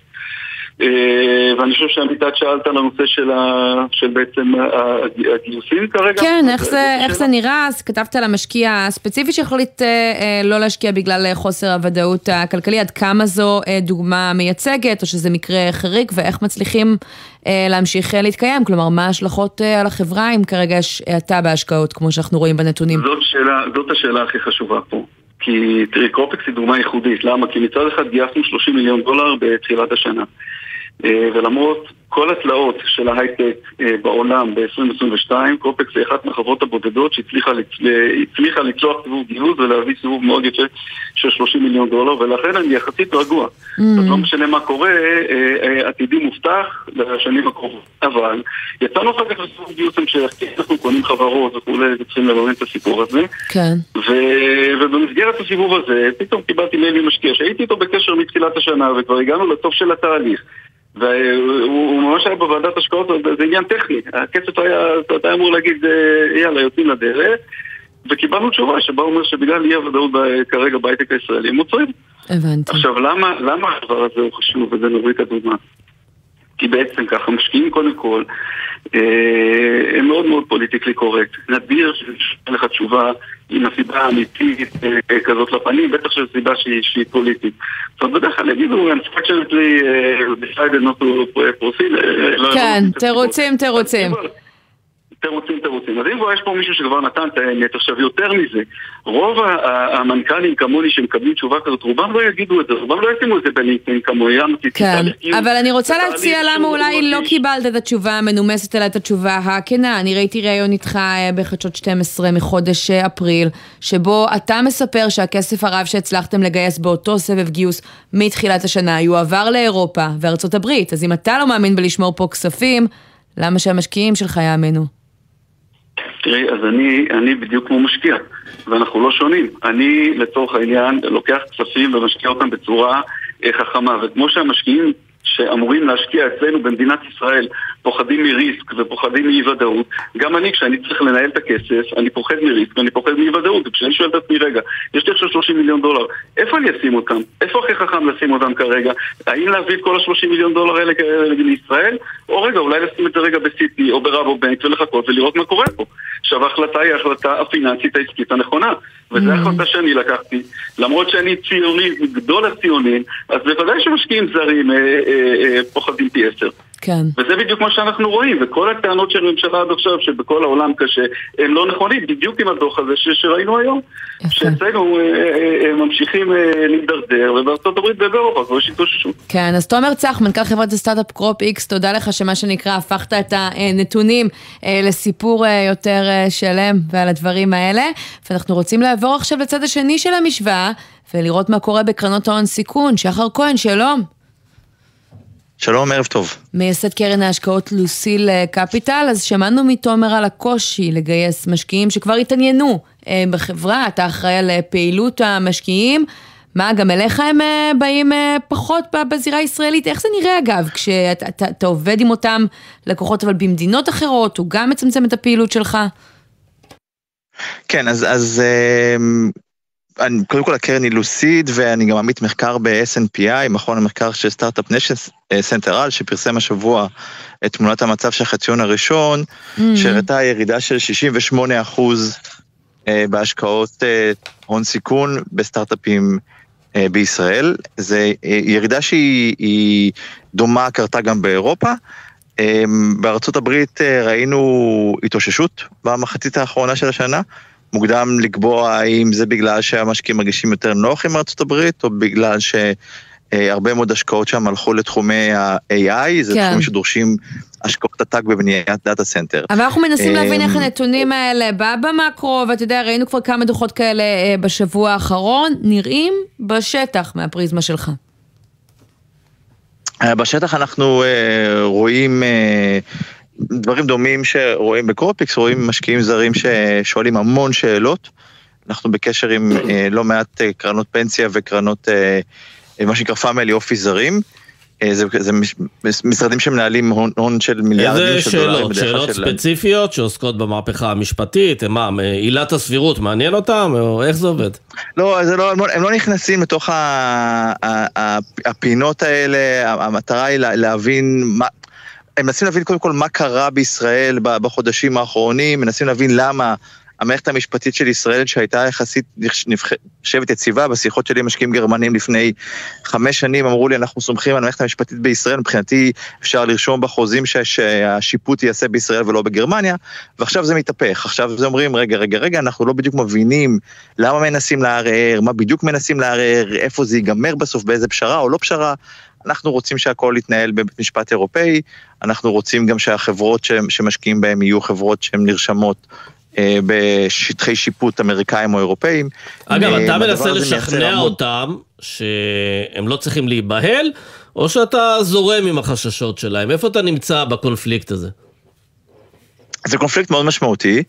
ואני חושב שעמיתת שאלת על הנושא של, ה, של בעצם הגיוסים כרגע. כן, איך זה, איך זה נראה? אז כתבת על המשקיע הספציפי שיכולית לא להשקיע בגלל חוסר הוודאות הכלכלי, עד כמה זו דוגמה מייצגת, או שזה מקרה חריג, ואיך מצליחים להמשיך להתקיים? כלומר, מה ההשלכות על החברה אם כרגע יש האטה בהשקעות, כמו שאנחנו רואים בנתונים? זאת שאלה, זאת השאלה הכי חשובה פה. כי תראי, קרופקס היא דוגמה ייחודית. למה? כי מצד אחד גייסנו שלושים מיליון דולר בתחילת השנה. ולמרות כל התלאות של ההייטק בעולם ב-עשרים עשרים ושתיים, קרופקס היא אחת מהחברות הבודדות שהצליחה לצלוח סיבוב גיוס ולהביא סיבוב מאוד יפה של שלושים מיליון דולר, ולכן אני יחסית רגוע. אז לא משנה מה קורה, עתידי מובטח לשנים הקרובות. אבל יצאנו אחר כך לסיבוב גיוס המשך, אנחנו קונים חברות וכולי, וצריכים לממן את הסיפור הזה. כן. ובמסגרת הסיבוב הזה, פתאום קיבלתי מייל משקיע, שהייתי איתו בקשר מתחילת השנה, וכבר הגענו לטוב של התהליך. והוא ממש היה בוועדת השקעות, זה עניין טכני. הכסף היה, אתה היה אמור להגיד, יאללה, יוצאים לדרך, וקיבלנו תשובה שבה אומר שבגלל אי הוודאות כרגע בהייטק הישראלי, הם מוצרים. הבנתי. עכשיו, למה, למה הדבר הזה הוא חשוב, וזה נוריד את הדוגמה? כי בעצם ככה, משקיעים קודם כל, אה, הם מאוד מאוד פוליטיקלי קורקט. נדיר שיש לך תשובה עם הסיבה האמיתית אה, כזאת לפנים, בטח שזו סיבה שהיא, שהיא פוליטית. זאת אומרת, בדרך כלל יגידו, unfortunately, decided not to proceed. כן, תירוצים, תירוצים. תירוצים, תירוצים. אז אם כבר יש פה מישהו שכבר נתן את האמת, עכשיו יותר מזה, רוב המנכ"לים כמוני שמקבלים תשובה כזאת, רובם לא יגידו את זה, רובם לא ישימו את זה בלינקדאין כמוני. כן, אבל אני רוצה להציע למה אולי לא קיבלת את התשובה המנומסת, אלא את התשובה הכנה. אני ראיתי ראיון איתך בחדשות שתים עשרה מחודש אפריל, שבו אתה מספר שהכסף הרב שהצלחתם לגייס באותו סבב גיוס מתחילת השנה, יועבר לאירופה וארצות הברית. אז אם אתה לא מאמין בלשמור פה כספים, למה שהמשקיעים שלך יאמנו? תראי, אז אני, אני בדיוק כמו משקיע, ואנחנו לא שונים. אני, לצורך העניין, לוקח כספים ומשקיע אותם בצורה חכמה, וכמו שהמשקיעים שאמורים להשקיע אצלנו במדינת ישראל פוחדים מריסק ופוחדים מאי-ודאות, גם אני, כשאני צריך לנהל את הכסף, אני פוחד מריסק ואני פוחד מאי-ודאות, וכשאני שואל את עצמי, רגע, יש לי עכשיו שלושים מיליון דולר, איפה אני אשים אותם? איפה הכי חכם לשים אותם כרגע? האם להביא את כל ה-שלושים מיליון דולר האלה לישראל? או רגע, אולי לשים את זה רגע בסיטי או ברבובנק ולחכות ולראות מה קורה פה. עכשיו, ההחלטה היא ההחלטה הפיננסית העסקית הנכונה, וזו ההחלטה שאני לקחתי. למרות שאני ציוני, גדול הציונים, אז בוודאי שמשקיעים זרים אה, אה, אה, פוחדים פי עשר. כן. וזה בדיוק מה שאנחנו רואים, וכל הטענות של ממשלה עד עכשיו, שבכל העולם קשה, הם לא נכונים, בדיוק עם הדוח הזה שראינו היום, שאצלנו ממשיכים להידרדר, ובארצות הברית ובאירופה, כבר שיתוששו. כן, אז תומר צח, מנכ"ל חברת הסטארט-אפ קרופ איקס, תודה לך שמה שנקרא, הפכת את הנתונים לסיפור יותר שלם ועל הדברים האלה, ואנחנו רוצים לעבור עכשיו לצד השני של המשוואה, ולראות מה קורה בקרנות ההון סיכון. שחר כהן, שלום. שלום, ערב טוב. מייסד קרן ההשקעות לוסיל קפיטל, אז שמענו מתומר על הקושי לגייס משקיעים שכבר התעניינו בחברה, אתה אחראי על פעילות המשקיעים, מה, גם אליך הם באים פחות בזירה הישראלית? איך זה נראה אגב, כשאתה אתה, אתה עובד עם אותם לקוחות אבל במדינות אחרות, הוא גם מצמצם את הפעילות שלך? כן, אז... אז אני, קודם כל הקרן היא לוסיד, ואני גם עמית מחקר ב-אס אנד פי איי, מכון המחקר של סטארט-אפ ניישן סנטרל, שפרסם השבוע את תמונת המצב של החציון הראשון, mm-hmm. שהראתה ירידה של שישים ושמונה אחוז בהשקעות הון סיכון בסטארט-אפים בישראל. זו ירידה שהיא דומה, קרתה גם באירופה. בארצות הברית ראינו התאוששות במחצית האחרונה של השנה, מוקדם לקבוע האם זה בגלל שהמשקיעים מרגישים יותר נוח עם ארצות הברית, או בגלל שהרבה מאוד השקעות שם הלכו לתחומי ה-איי איי, זה כן. תחומים שדורשים השקעות עתק בבניית דאטה סנטר. אבל אנחנו מנסים להבין איך הנתונים האלה בא במקרו, ואתה יודע, ראינו כבר כמה דוחות כאלה בשבוע האחרון, נראים בשטח מהפריזמה שלך. בשטח אנחנו רואים... דברים דומים שרואים בקרופיקס, רואים משקיעים זרים ששואלים המון שאלות, אנחנו בקשר עם לא מעט קרנות פנסיה וקרנות, מה שנקרא פאמילי אופיס זרים, זה, זה משרדים שמנהלים הון, הון של מיליארדים של דולרים. איזה שאלות? שאלות ספציפיות שעוסקות במהפכה המשפטית, מה, עילת הסבירות מעניין אותם, או איך זה עובד? לא, זה לא, הם לא נכנסים לתוך הפינות האלה, המטרה היא להבין מה, הם מנסים להבין קודם כל מה קרה בישראל בחודשים האחרונים, מנסים להבין למה המערכת המשפטית של ישראל שהייתה יחסית נחשבת יציבה, בשיחות שלי משקיעים גרמנים לפני חמש שנים אמרו לי אנחנו סומכים על המערכת המשפטית בישראל, מבחינתי אפשר לרשום בחוזים שהשיפוט יעשה בישראל ולא בגרמניה, ועכשיו זה מתהפך, עכשיו זה אומרים רגע רגע רגע אנחנו לא בדיוק מבינים למה מנסים לערער, מה בדיוק מנסים לערער, איפה זה ייגמר בסוף, באיזה פשרה או לא פשרה, אנחנו רוצים שהכל יתנהל בבית משפט אירופאי, אנחנו רוצים גם שהחברות שמשקיעים בהם יהיו חברות שהן נרשמות בשטחי שיפוט אמריקאים או אירופאים. אגב, אתה מנסה לשכנע אותם שהם לא צריכים להיבהל, או שאתה זורם עם החששות שלהם? איפה אתה נמצא בקונפליקט הזה? זה קונפליקט מאוד משמעותי.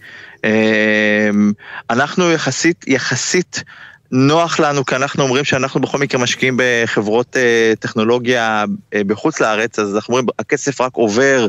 אנחנו יחסית, יחסית נוח לנו, כי אנחנו אומרים שאנחנו בכל מקרה משקיעים בחברות טכנולוגיה בחוץ לארץ, אז אנחנו אומרים, הכסף רק עובר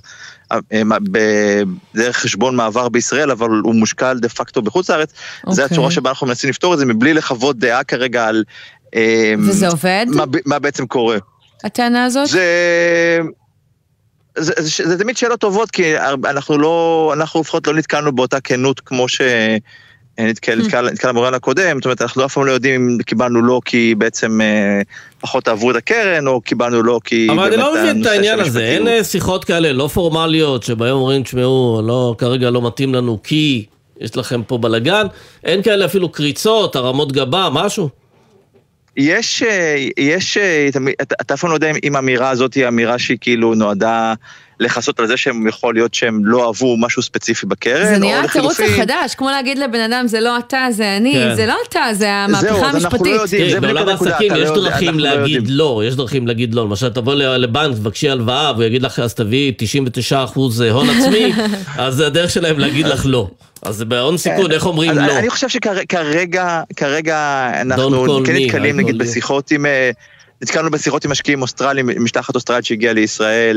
בדרך חשבון מעבר בישראל, אבל הוא מושקע דה פקטו בחוץ לארץ. Okay. זה הצורה שבה אנחנו מנסים לפתור את זה, מבלי לחוות דעה כרגע על... וזה עובד? מה, מה בעצם קורה. הטענה הזאת? זה... זה, זה, זה תמיד שאלות טובות, כי אנחנו לא, אנחנו לפחות לא נתקלנו באותה כנות כמו ש... נתקל, נתקל, נתקל המורן הקודם, זאת אומרת, אנחנו אף פעם לא יודעים אם קיבלנו לא כי בעצם אה, פחות עברו את הקרן, או קיבלנו לא כי... אבל אני לא מבין את העניין הזה, אין שיחות כאלה לא פורמליות, שבהם אומרים, תשמעו, לא, כרגע לא מתאים לנו כי יש לכם פה בלגן, אין כאלה אפילו קריצות, הרמות גבה, משהו? יש, יש, אתה אף פעם לא יודע אם האמירה הזאת היא אמירה שהיא כאילו נועדה לחסות על זה שהם יכול להיות שהם לא אהבו משהו ספציפי בקרן. זה נהיה התירוץ החדש, כמו להגיד לבן אדם, זה לא אתה, זה אני, זה לא אתה, זה המהפכה המשפטית. בעולם העסקים יש דרכים להגיד לא, יש דרכים להגיד לא, למשל תבוא לבנק, תבקשי הלוואה, והוא יגיד לך, אז תביא תשעים ותשעה אחוז הון עצמי, אז זה הדרך שלהם להגיד לך לא. אז בהון סיכון, איך אומרים לא? אני חושב שכרגע, כרגע אנחנו כן נתקלים, נגיד בשיחות עם, נתקלנו בשיחות עם משקיעים אוסטרליים, משלחת אוסטרלית שהגיעה לישראל,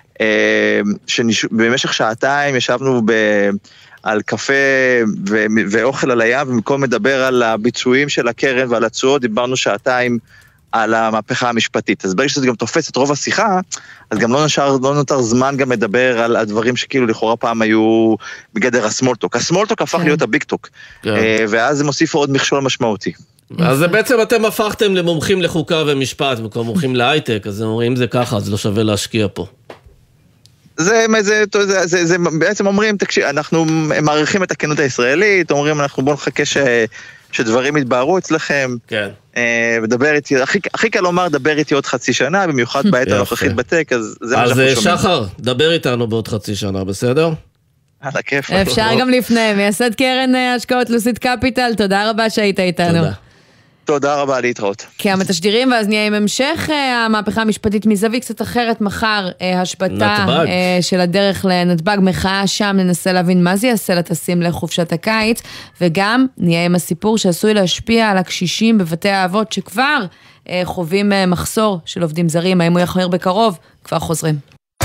שבמשך שעתיים ישבנו על קפה ואוכל על הים, ובמקום מדבר על הביצועים של הקרן ועל התשואות, דיברנו שעתיים על המהפכה המשפטית. אז ברגע שזה גם תופס את רוב השיחה, אז גם לא נשאר, לא נותר זמן גם לדבר על הדברים שכאילו לכאורה פעם היו בגדר הסמולטוק. הסמולטוק הפך להיות הביקטוק, ואז זה מוסיף עוד מכשול משמעותי. אז בעצם אתם הפכתם למומחים לחוקה ומשפט, וכבר מומחים להייטק, אז אומרים, אם זה ככה, אז לא שווה להשקיע פה. זה, זה, זה, זה, זה בעצם אומרים, תקשיב, אנחנו מעריכים את הכנות הישראלית, אומרים, אנחנו בואו נחכה ש, שדברים יתבהרו אצלכם. כן. ודבר איתי, הכי, הכי קל לומר, דבר איתי עוד חצי שנה, במיוחד בעת הנוכחית בטק, אז זה מה שאנחנו שומעים. אז שחר, דבר איתנו בעוד חצי שנה, בסדר? על הכיף. אפשר גם לפני, מייסד קרן השקעות לוסיד קפיטל, תודה רבה שהיית איתנו. תודה. תודה רבה, להתראות. כמה תשדירים, ואז נהיה עם המשך המהפכה המשפטית מזווית קצת אחרת, מחר השבתה של הדרך לנתב"ג, מחאה שם, ננסה להבין מה זה יעשה לטסים לחופשת הקיץ, וגם נהיה עם הסיפור שעשוי להשפיע על הקשישים בבתי האבות, שכבר חווים מחסור של עובדים זרים, האם הוא יחמיר בקרוב, כבר חוזרים.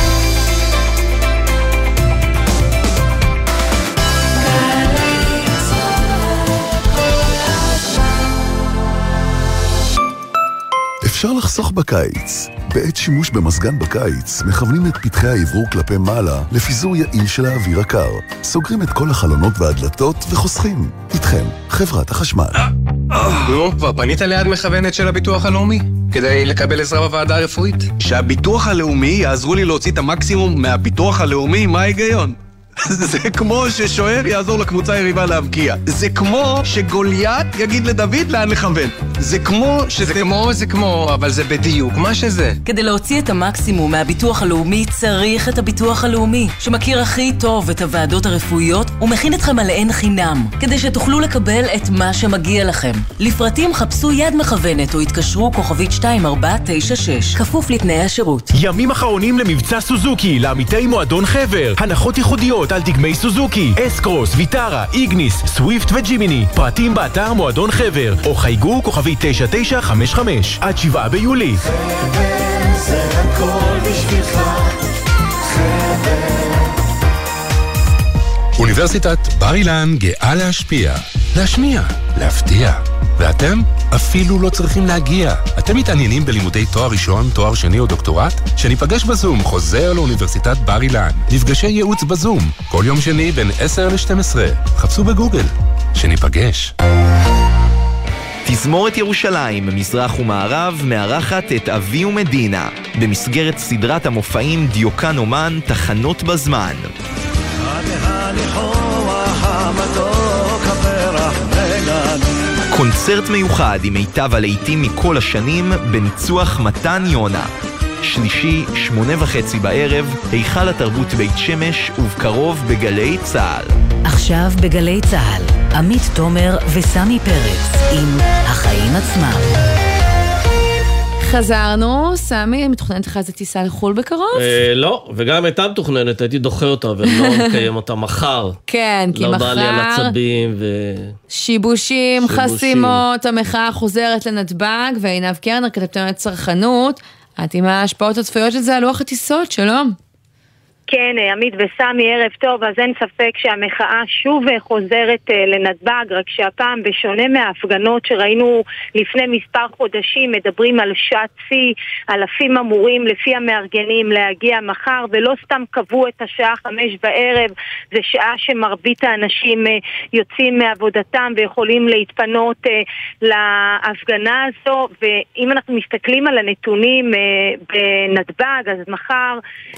אפשר לחסוך בקיץ. בעת שימוש במזגן בקיץ, מכוונים את פתחי העברור כלפי מעלה לפיזור יעיל של האוויר הקר. סוגרים את כל החלונות והדלתות וחוסכים. איתכם, חברת החשמל. נו, כבר פנית ליד מכוונת של הביטוח הלאומי? כדי לקבל עזרה בוועדה הרפואית? שהביטוח הלאומי יעזרו לי להוציא את המקסימום מהביטוח הלאומי, מה ההיגיון? זה כמו ששוער יעזור לקבוצה יריבה להבקיע. זה כמו שגוליית יגיד לדוד לאן לכוון. זה כמו שזה... זה כמו, זה כמו, אבל זה בדיוק מה שזה. כדי להוציא את המקסימום מהביטוח הלאומי צריך את הביטוח הלאומי, שמכיר הכי טוב את הוועדות הרפואיות ומכין אתכם עליהן חינם, כדי שתוכלו לקבל את מה שמגיע לכם. לפרטים חפשו יד מכוונת או התקשרו כוכבית שתיים ארבע תשע שש, כפוף לתנאי השירות. ימים אחרונים למבצע סוזוקי, לעמיתי מועדון חבר. הנחות ייחודיות על דגמי סוזוקי, אס-קרוס, ויטרה, איגניס, סוויפט וג'ימיני. פרטים באתר מועדון חבר, או חייגו כוכבי תשע תשע חמש חמש, עד שבעה ביולי. חבר, זה הכל בשבילך. חבר. אוניברסיטת בר אילן גאה להשפיע, להשמיע, להפתיע. ואתם אפילו לא צריכים להגיע. אתם מתעניינים בלימודי תואר ראשון, תואר שני או דוקטורט? שניפגש בזום חוזר לאוניברסיטת בר אילן. נפגשי ייעוץ בזום, כל יום שני בין עשר לשתים עשרה. חפשו בגוגל. שניפגש. תזמורת ירושלים, מזרח ומערב, מארחת את אבי ומדינה, במסגרת סדרת המופעים דיוקן אומן, תחנות בזמן. קונצרט מיוחד עם מיטב הלהיטים מכל השנים בניצוח מתן יונה. שלישי, שמונה וחצי בערב, היכל התרבות בית שמש, ובקרוב בגלי צהל. עכשיו בגלי צהל, עמית תומר וסמי פרץ עם החיים עצמם. חזרנו, סמי, מתוכננת לך איזה טיסה לחול בקרוב? לא, וגם הייתה מתוכננת, הייתי דוחה אותה ולא מקיים אותה מחר. כן, כי מחר... לא בא לי על עצבים ו... שיבושים, חסימות, המחאה חוזרת לנתב"ג, ועינב קרנר, כתבתנו צרכנות, את עם ההשפעות הצפויות של זה על לוח הטיסות, שלום. כן, עמית וסמי, ערב טוב, אז אין ספק שהמחאה שוב חוזרת לנתב"ג, רק שהפעם בשונה מההפגנות שראינו לפני מספר חודשים, מדברים על שעת שיא, אלפים אמורים לפי המארגנים להגיע מחר, ולא סתם קבעו את השעה חמש בערב, זה שעה שמרבית האנשים יוצאים מעבודתם ויכולים להתפנות להפגנה הזו, ואם אנחנו מסתכלים על הנתונים בנתב"ג, אז מחר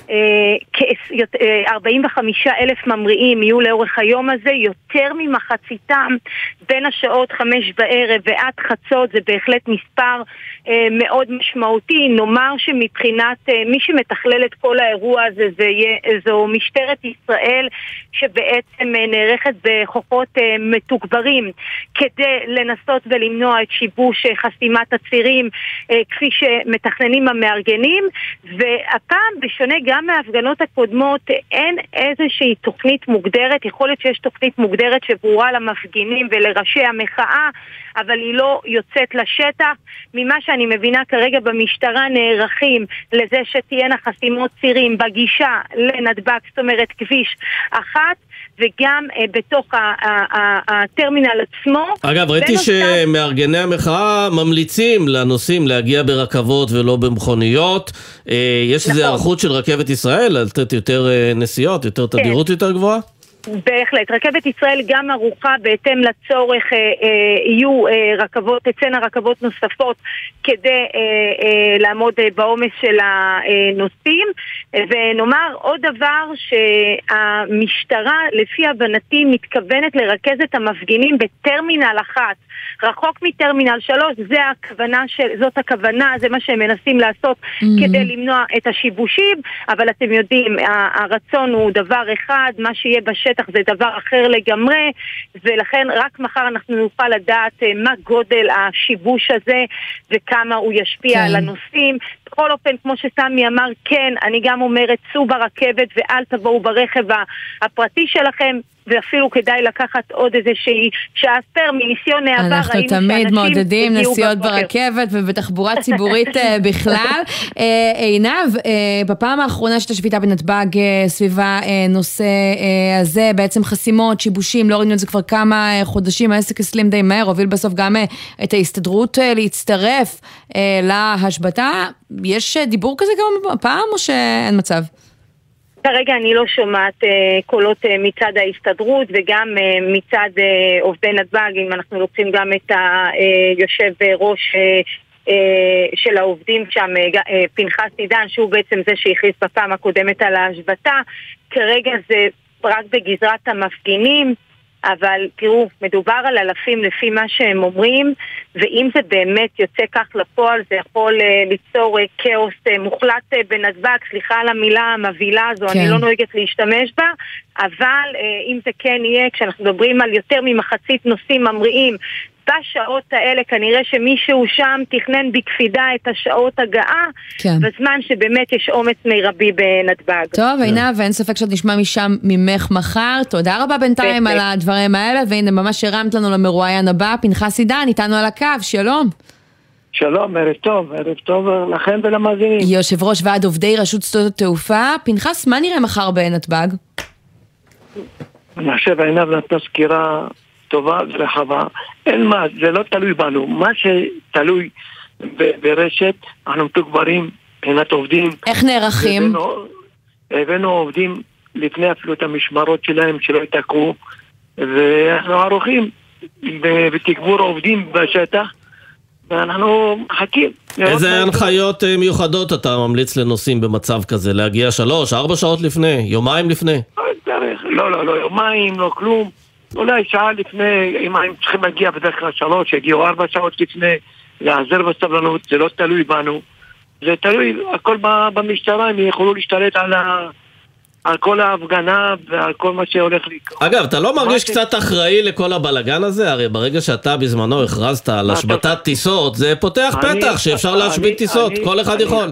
ארבעים וחמישה אלף ממריאים יהיו לאורך היום הזה, יותר ממחציתם בין השעות חמש בערב ועד חצות, זה בהחלט מספר אה, מאוד משמעותי. נאמר שמבחינת אה, מי שמתכלל את כל האירוע הזה זה, זו משטרת ישראל, שבעצם אה, נערכת בכוחות אה, מתוגברים כדי לנסות ולמנוע את שיבוש אה, חסימת הצירים אה, כפי שמתכננים המארגנים, והפעם בשונה גם מההפגנות הקודמות אין איזושהי תוכנית מוגדרת. יכול להיות שיש תוכנית מוגדרת שברורה למפגינים ולראשי המחאה, אבל היא לא יוצאת לשטח. ממה שאני מבינה כרגע במשטרה נערכים לזה שתהיינה חסימות צירים בגישה לנתב"ג, זאת אומרת כביש אחת, וגם אה, בתוך הטרמינל עצמו. אגב, ראיתי שמארגני המחאה ממליצים לנוסעים להגיע ברכבות ולא במכוניות. אה, יש נכון. איזו הערכות של רכבת ישראל, לתת יותר אה, נסיעות, יותר תדירות כן. יותר גבוהה? בהחלט, רכבת ישראל גם ערוכה בהתאם לצורך, אה, אה, יהיו אה, רכבות, תצאנה רכבות נוספות כדי אה, אה, לעמוד אה, בעומס של הנוסעים. ונאמר עוד דבר שהמשטרה לפי הבנתי מתכוונת לרכז את המפגינים בטרמינל אחת, רחוק מטרמינל שלוש, זה הכוונה של, זאת הכוונה, זה מה שהם מנסים לעשות mm-hmm. כדי למנוע את השיבושים, אבל אתם יודעים, הרצון הוא דבר אחד, מה שיהיה בשטח זה דבר אחר לגמרי, ולכן רק מחר אנחנו נוכל לדעת מה גודל השיבוש הזה וכמה הוא ישפיע כן. על הנוסעים. בכל אופן, כמו שסמי אמר, כן, אני גם אומרת, צאו ברכבת ואל תבואו ברכב הפרטי שלכם, ואפילו כדאי לקחת עוד איזושהי שעה ספר מניסיון העבר. אנחנו תמיד מעודדים נסיעות ברכבת ובתחבורה ציבורית בכלל. עינב, בפעם האחרונה שאתה שביתה בנתב"ג סביב הנושא הזה, בעצם חסימות, שיבושים, לא ראינו את זה כבר כמה חודשים, העסק הסלים די מהר, הוביל בסוף גם את ההסתדרות להצטרף להשבתה. יש דיבור כזה גם הפעם או שאין מצב? כרגע אני לא שומעת uh, קולות uh, מצד ההסתדרות וגם uh, מצד uh, עובדי נתב"ג, אם אנחנו לוקחים גם את היושב uh, ראש uh, uh, של העובדים שם, uh, uh, פנחס עידן, שהוא בעצם זה שהכריז בפעם הקודמת על ההשבתה. כרגע זה רק בגזרת המפגינים, אבל תראו, מדובר על אלפים לפי מה שהם אומרים, ואם זה באמת יוצא כך לפועל, זה יכול uh, ליצור uh, כאוס uh, מוחלט uh, בנתב"ג, סליחה על המילה המבילה הזו, כן. אני לא נוהגת להשתמש בה, אבל uh, אם זה כן יהיה, כשאנחנו מדברים על יותר ממחצית נוסעים ממריאים, בשעות האלה כנראה שמישהו שם תכנן בקפידה את השעות הגעה, כן. בזמן שבאמת יש אומץ מירבי בנתב"ג. טוב, עינב, ואין ספק שאת נשמע משם ממך מחר. תודה רבה בינתיים על הדברים האלה, והנה ממש הרמת לנו למרואיין הבא, פנחס עידן, איתנו על הקו, שלום. שלום, ערב טוב, ערב טוב לכם ולמאזינים. יושב ראש ועד עובדי רשות שדות התעופה, פנחס, מה נראה מחר בנתב"ג? אני חושב עינב נתנה סקירה טובה ורחבה. אין מה, זה לא תלוי בנו. מה שתלוי ב- ברשת, אנחנו מתוגברים, מבחינת עובדים. איך נערכים? הבאנו, הבאנו עובדים לפני אפילו את המשמרות שלהם, שלא יתעקרו, ואנחנו ערוכים בתגבור עובדים בשטח, ואנחנו מחכים. איזה הנחיות מיוחדות אתה ממליץ לנוסעים במצב כזה? להגיע שלוש, ארבע שעות לפני, יומיים לפני? לא, לא, לא, יומיים, לא כלום. אולי שעה לפני, אם הם צריכים להגיע בדרך כלל שלוש, יגיעו ארבע שעות לפני, לעזר בסבלנות, זה לא תלוי בנו. זה תלוי, הכל במשטרה, הם יכולו להשתלט על, ה, על כל ההפגנה ועל כל מה שהולך לקרות. אגב, אתה לא מרגיש קצת אחראי לכל הבלגן הזה? הרי ברגע שאתה בזמנו הכרזת על השבתת טיסות, זה פותח פתח שאפשר להשבית טיסות, כל אחד יכול.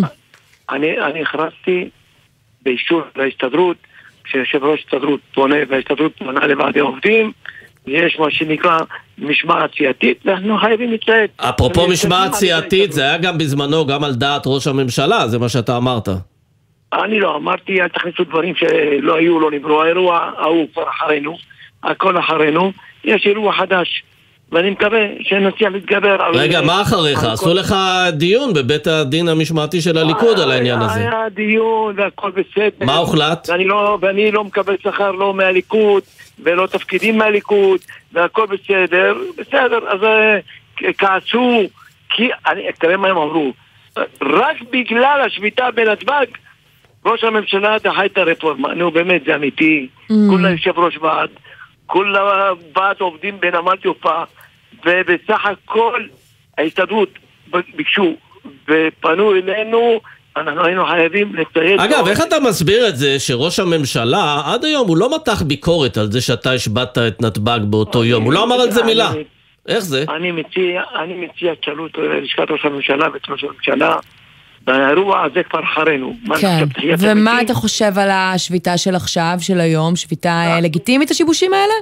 אני הכרזתי באישור להסתדרות, כשיושב ראש הסתדרות פונה וההסתדרות פונה לוועדי עובדים, יש מה שנקרא משמעת סיעתית, ואנחנו חייבים לצאת. אפרופו משמעת סיעתית, זה היה גם בזמנו, גם על דעת ראש הממשלה, זה מה שאתה אמרת. אני לא אמרתי, אל תכניסו דברים שלא היו, לא נברו, האירוע ההוא כבר אחרינו, הכל אחרינו, יש אירוע חדש, ואני מקווה שנצליח להתגבר. רגע, מה אחריך? עשו לך דיון בבית הדין המשמעתי של הליכוד על העניין הזה. היה דיון והכל בסדר. מה הוחלט? ואני לא מקבל שכר לא מהליכוד, ולא תפקידים מהליכוד, והכל בסדר. בסדר, אז כעסו, כי, תראה מה הם אמרו, רק בגלל השביתה בנתב"ג, ראש הממשלה דחה את הרפורמה. נו, באמת, זה אמיתי. כולה יושב ראש ועד, כולה ועד עובדים בנמל תעופה, ובסך הכל ההסתדרות ביקשו ופנו אלינו, אנחנו היינו חייבים לציין. אגב, איך אתה מסביר את זה שראש הממשלה עד היום הוא לא מתח ביקורת על זה שאתה השבעת את נתב"ג באותו יום, הוא לא אמר על זה מילה. איך זה? אני מציע, אני מציע תשאלו את לשכת ראש הממשלה ואת ראש הממשלה, והאירוע הזה כבר אחרינו. כן, ומה אתה חושב על השביתה של עכשיו, של היום? שביתה לגיטימית השיבושים האלה?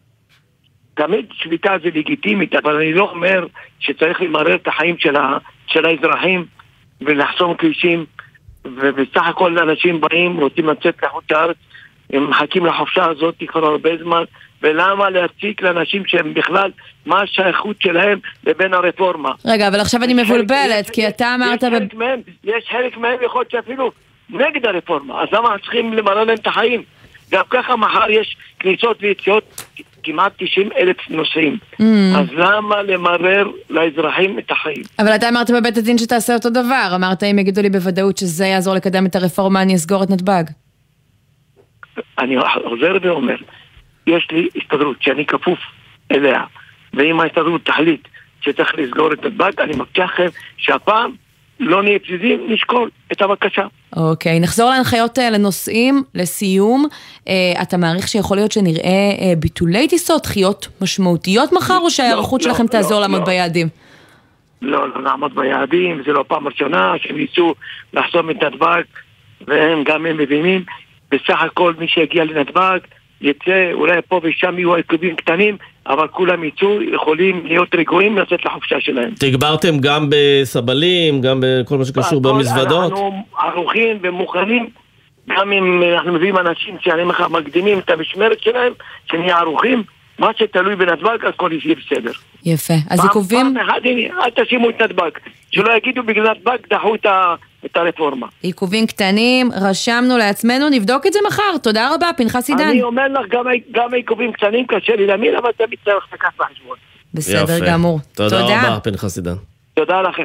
תמיד שביתה זה לגיטימית, אבל אני לא אומר שצריך למרר את החיים של, ה, של האזרחים ולחסום כבישים, ובסך הכל אנשים באים, רוצים לצאת לחוץ לארץ, הם מחכים לחופשה הזאת כבר הרבה זמן, ולמה להציק לאנשים שהם בכלל, מה השייכות שלהם לבין הרפורמה? רגע, אבל עכשיו אני מבולבלת, כי אתה אמרת... יש חלק מהם יכול שאפילו נגד הרפורמה, אז למה צריכים למרר להם את החיים? גם ככה מחר יש כניסות ויציאות כמעט תשעים אלף נוסעים. Mm. אז למה למרר לאזרחים את החיים? אבל אתה אמרת בבית הדין שתעשה אותו דבר. אמרת, אם יגידו לי בוודאות שזה יעזור לקדם את הרפורמה, אני אסגור את נתב"ג. אני חוזר ואומר, יש לי הסתדרות שאני כפוף אליה, ואם ההסתדרות תחליט שצריך לסגור את נתב"ג, אני מבטיח לכם שהפעם לא נהיה פזיזים, נשקול את הבקשה. אוקיי, נחזור להנחיות לנוסעים, לסיום. אתה מעריך שיכול להיות שנראה ביטולי טיסות, דחיות משמעותיות מחר, או שההיערכות שלכם תעזור לעמוד ביעדים? לא, לא נעמוד ביעדים, זה לא פעם ראשונה שהם ניסו לחסום את נתב"ג, והם גם הם מבינים, בסך הכל מי שיגיע לנתב"ג, יצא, אולי פה ושם יהיו עיכובים קטנים, אבל כולם יצאו, יכולים להיות רגועים לצאת לחופשה שלהם. תגברתם גם בסבלים, גם בכל מה שקשור במזוודות? אנחנו ערוכים ומוכנים, גם אם אנחנו מביאים אנשים שאני מקדימים את המשמרת שלהם, שנהיה ערוכים, מה שתלוי בנתב"ג, אז כל יהיה בסדר. יפה, אז עיכובים... פעם אחד, אל תשימו את נתב"ג, שלא יגידו בגלל נתב"ג, דחו את ה... את הרפורמה. עיכובים קטנים, רשמנו לעצמנו, נבדוק את זה מחר. תודה רבה, פנחס עידן. אני אומר לך, גם, גם עיכובים קטנים קשה לי להאמין, אבל תמיד צריך לקחת בחשבון. בסדר יפה. גמור. תודה, תודה רבה, פנחס עידן. תודה לכם.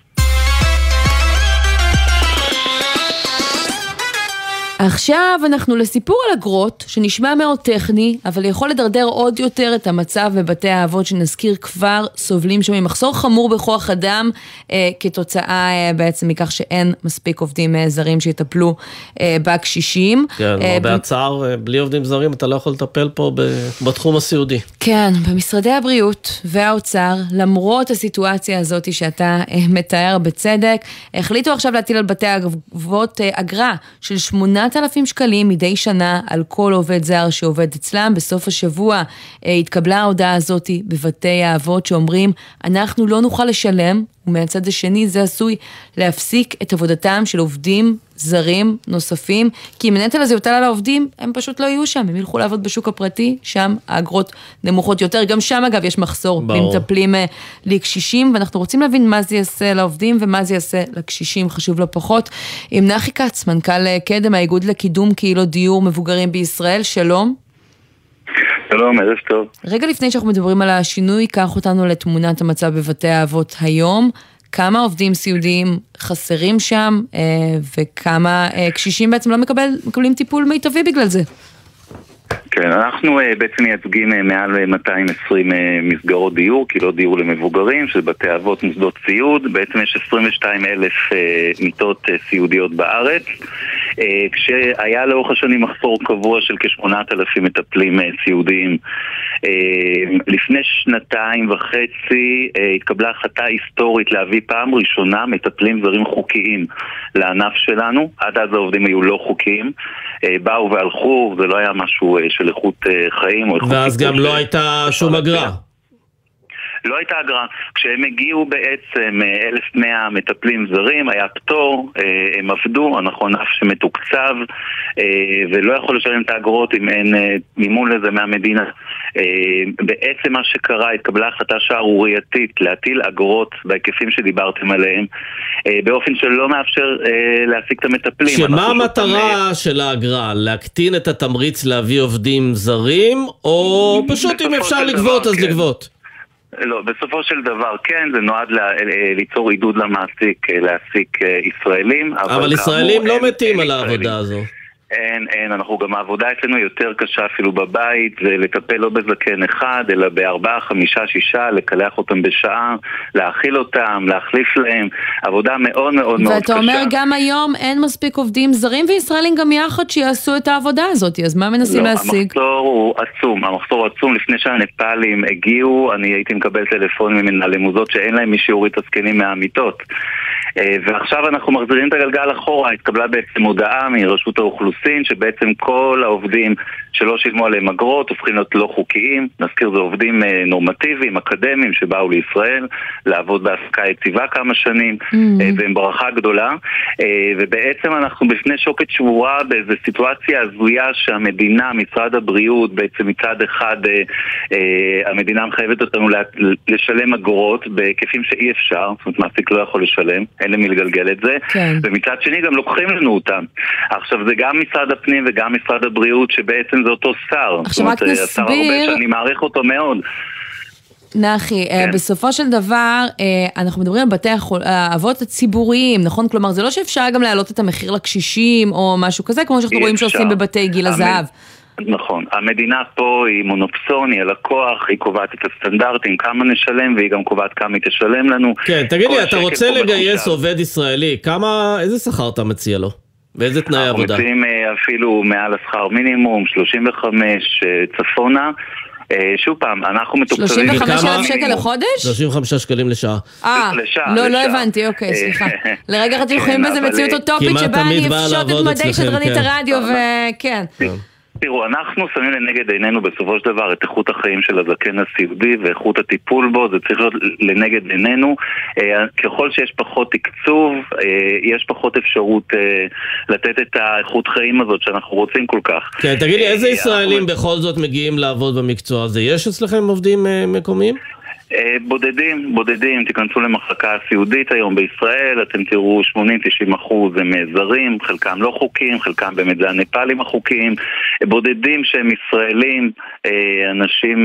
עכשיו אנחנו לסיפור על אגרות, שנשמע מאוד טכני, אבל יכול לדרדר עוד יותר את המצב בבתי האבות, שנזכיר כבר סובלים שם ממחסור חמור בכוח אדם, אה, כתוצאה אה, בעצם מכך שאין מספיק עובדים אה, זרים שיטפלו אה, בקשישים. כן, אה, בהצער, אה, בלי עובדים זרים אתה לא יכול לטפל פה בתחום הסיעודי. כן, במשרדי הבריאות והאוצר, למרות הסיטואציה הזאת שאתה אה, מתאר בצדק, החליטו עכשיו להטיל על בתי האבות אה, אגרה של שמונת אלפים שקלים מדי שנה על כל עובד זר שעובד אצלם. בסוף השבוע אה, התקבלה ההודעה הזאת בבתי האבות שאומרים, אנחנו לא נוכל לשלם, ומהצד השני זה עשוי להפסיק את עבודתם של עובדים זרים נוספים, כי אם הנטל הזה יוטל על העובדים, הם פשוט לא יהיו שם, הם ילכו לעבוד בשוק הפרטי, שם האגרות נמוכות יותר, גם שם אגב יש מחסור, במטפלים אה, לקשישים, ואנחנו רוצים להבין מה זה יעשה לעובדים, ומה זה יעשה לקשישים, חשוב לא פחות. עם נחי קץ, מנכ"ל קדם, האיגוד לקידום קהילות דיור מבוגרים בישראל, שלום. שלום, ערב טוב. רגע לפני שאנחנו מדברים על השינוי, קח אותנו לתמונת המצב בבתי האבות היום, כמה עובדים סיעודיים חסרים שם, וכמה קשישים בעצם לא מקבל, מקבלים טיפול מיטבי בגלל זה. כן, אנחנו בעצם מייצגים מעל מאתיים ועשרים מסגרות דיור, קהילות דיור למבוגרים, של בתי אבות, מוסדות סיעוד. בעצם יש עשרים ושתיים אלף מיטות סיעודיות בארץ, כשהיה לאורך השנים מחסור קבוע של כשמונת אלפים מטפלים סיעודיים. לפני שנתיים וחצי התקבלה החלטה היסטורית להביא פעם ראשונה מטפלים זרים חוקיים לענף שלנו. עד אז העובדים היו לא חוקיים, באו והלכו, זה לא היה משהו של איכות חיים או איכות... ואז גם לא הייתה שום אגרה. לא הייתה אגרה. כשהם הגיעו בעצם אלף ומאה מטפלים זרים, היה פטור, הם עבדו, נכון, אף שמתוקצב, ולא יכול לשלם את האגרות אם אין מימון לזה מהמדינה. בעצם מה שקרה, התקבלה החלטה שערורייתית להטיל אגרות בהיקפים שדיברתם עליהם, באופן שלא מאפשר להשיג את המטפלים. שמה המטרה של האגרה? להקטין את התמריץ להביא עובדים זרים, או פשוט אם אפשר לגבות אז לגבות? לא, בסופו של דבר כן, זה נועד ליצור עידוד למעסיק להעסיק ישראלים. אבל ישראלים לא מתים על העבודה הזו. אין, אין, אנחנו גם העבודה אצלנו יותר קשה אפילו בבית, זה לטפל לא בזקן אחד, אלא בארבעה, חמישה, שישה, לקלח אותם בשעה, להאכיל אותם, להחליף להם, עבודה מאוד מאוד מאוד קשה. ואתה אומר גם היום אין מספיק עובדים זרים וישראלים גם יחד שיעשו את העבודה הזאת, אז מה מנסים לא, להשיג? המחסור הוא עצום, המחסור הוא עצום. לפני שהנפאלים הגיעו, אני הייתי מקבל טלפון ממנהלי מוזות שאין להם מי שיוריד את הזקנים מהמיטות. ועכשיו אנחנו מחזירים את הגלגל אחורה. התקבלה בעצם הודעה מרשות האוכלוסין שבעצם כל העובדים שלא שילמו עליהם אגרות הופכים להיות לא חוקיים. נזכיר, זה עובדים נורמטיביים, אקדמיים שבאו לישראל לעבוד בהעסקה יציבה כמה שנים, mm-hmm. והם ברכה גדולה, ובעצם אנחנו בפני שוקת שבורה באיזו סיטואציה הזויה שהמדינה, משרד הבריאות, בעצם מצד אחד המדינה מחייבת אותנו לשלם אגרות בהיקפים שאי אפשר, זאת אומרת מעסיק לא יכול לשלם, אין למי לגלגל את זה, כן. ומצד שני גם לוקחים לנו אותם. עכשיו זה גם משרד הפנים וגם משרד הבריאות, שבעצם זה אותו שר. עכשיו רק נסביר... השר הרבה שאני מעריך אותו מאוד. נחי, כן. בסופו של דבר, אנחנו מדברים על בתי האבות הציבוריים, נכון? כלומר, זה לא שאפשר גם להעלות את המחיר לקשישים או משהו כזה, כמו שאנחנו רואים שעושים בבתי גיל הזהב. נכון, המדינה פה היא מונופסון, היא הלקוח, היא קובעת את הסטנדרטים, כמה נשלם, והיא גם קובעת כמה היא תשלם לנו. כן, תגיד לי, אתה רוצה לגייס עובד ישראלי, כמה, איזה שכר אתה מציע לו? ואיזה תנאי עבודה? אנחנו מציעים אפילו מעל השכר מינימום, שלושים וחמש צפונה. שוב פעם, אנחנו מתוקצבים... שלושים וחמישה אלף שקל לחודש? שלושים וחמישה שקלים לשעה. אה, לא, לא הבנתי, אוקיי, סליחה. לרגע חצי יכולים באיזה מציאות אוטופית שבה אני אפשוט את מדי שדרנית הרדיו וכן. תראו, אנחנו שמים לנגד עינינו בסופו של דבר את איכות החיים של הזקן הסיעודי ואיכות הטיפול בו, זה צריך להיות לנגד עינינו. ככל שיש פחות תקצוב, יש פחות אפשרות לתת את האיכות חיים הזאת שאנחנו רוצים כל כך. כן, תגיד לי, איזה ישראלים בכל זאת מגיעים לעבוד במקצוע הזה? יש אצלכם עובדים מקומיים? בודדים, בודדים, תיכנסו למחלקה הסיעודית היום בישראל, אתם תראו שמונים עד תשעים אחוז הם זרים, חלקם לא חוקיים, חלקם באמת זה הנפאלים החוקיים, בודדים שהם ישראלים, אנשים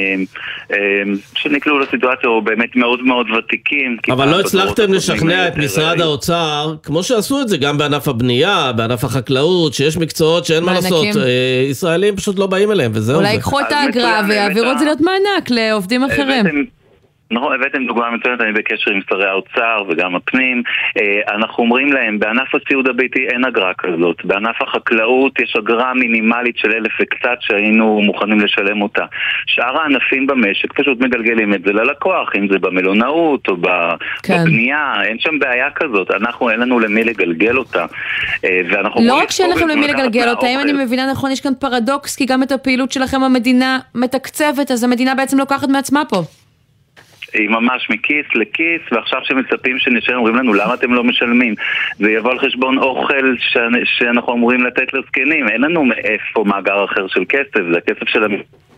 שנקלעו לסיטואציה או באמת מאוד מאוד ותיקים. אבל לא הצלחתם לשכנע את משרד האוצר, כמו שעשו את זה גם בענף הבנייה, בענף החקלאות, שיש מקצועות שאין מה לעשות, ישראלים פשוט לא באים אליהם, וזהו. אולי ייקחו את האגרה ויעבירו את זה להיות מענק לעובדים אחרים. נכון, הבאתם דוגמה מצוינת, אני בקשר עם שרי האוצר וגם הפנים. אנחנו אומרים להם, בענף הסיעוד הביתי אין אגרה כזאת. בענף החקלאות יש אגרה מינימלית של אלף וקצת שהיינו מוכנים לשלם אותה. שאר הענפים במשק פשוט מגלגלים את זה ללקוח, אם זה במלונאות או בבנייה, אין שם בעיה כזאת. אנחנו אין לנו למי לגלגל אותה. לא רק שאין לכם למי לגלגל אותה, אם אני מבינה נכון, יש כאן פרדוקס, כי גם את הפעילות שלכם המדינה מתקצבת, אז המדינה בעצם לוקחת מעצמה פה. היא ממש מכיס לכיס, ועכשיו שמצפים שנשאר, אומרים לנו, למה אתם לא משלמים? זה יבוא על חשבון אוכל שאנחנו אמורים לתת לזקנים. אין לנו מאיפה מאגר אחר של כסף, זה הכסף של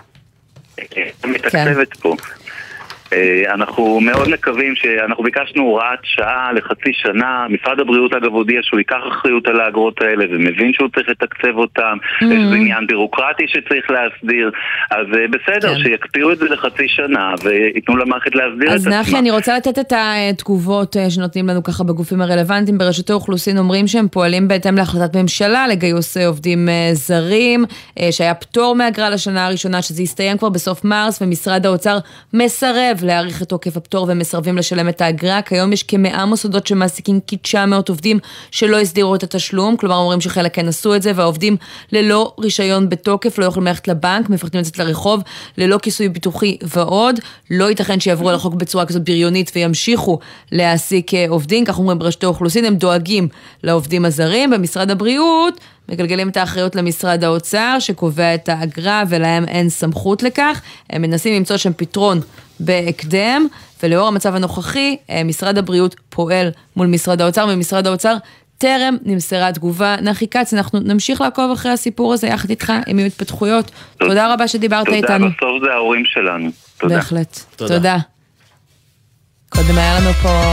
המתקצבת פה. אנחנו מאוד מקווים שאנחנו ביקשנו הוראת שעה לחצי שנה, משרד הבריאות אגב הודיע שהוא ייקח אחריות על האגרות האלה ומבין שהוא צריך לתקצב אותם, יש עניין בירוקרטי שצריך להסדיר, אז בסדר, שיקפיאו את זה לחצי שנה ויתנו למערכת להסדיר את עצמה. אז נחי, אני רוצה לתת את התגובות שנותנים לנו ככה בגופים הרלוונטיים. ברשות האוכלוסין אומרים שהם פועלים בהתאם להחלטת ממשלה לגיוס עובדים זרים, שהיה פטור מאגרה לשנה הראשונה, שזה יסתיים כבר בסוף מרס, ומשרד האוצר מסרב להאריך את תוקף הפטור ומסרבים לשלם את האגרה. כיום יש כמאה מוסדות שמעסיקים כ-תשע מאות עובדים שלא הסדירו את התשלום, כלומר אומרים שחלק כן עשו את זה, והעובדים ללא רישיון בתוקף לא יכולים ללכת לבנק, מפחדים לצאת לרחוב, ללא כיסוי ביטוחי ועוד. לא ייתכן שיעברו על החוק בצורה כזאת בריונית וימשיכו להעסיק עובדים, כך אומרים ברשות האוכלוסין, הם דואגים לעובדים הזרים. במשרד הבריאות מגלגלים את האחריות למשרד האוצר שקובע את האגרה ולהם אין סמכות לכך. הם מנסים למצוא שם פתרון בהקדם, ולאור המצב הנוכחי, משרד הבריאות פועל מול משרד האוצר, ומשרד האוצר טרם נמסרה תגובה. נחי קץ, אנחנו נמשיך לעקוב אחרי הסיפור הזה יחד איתך, עם התפתחויות. תודה רבה שדיברת איתנו. תודה, בסוף זה ההורים שלנו. תודה. בהחלט. תודה. קודם היה לנו פה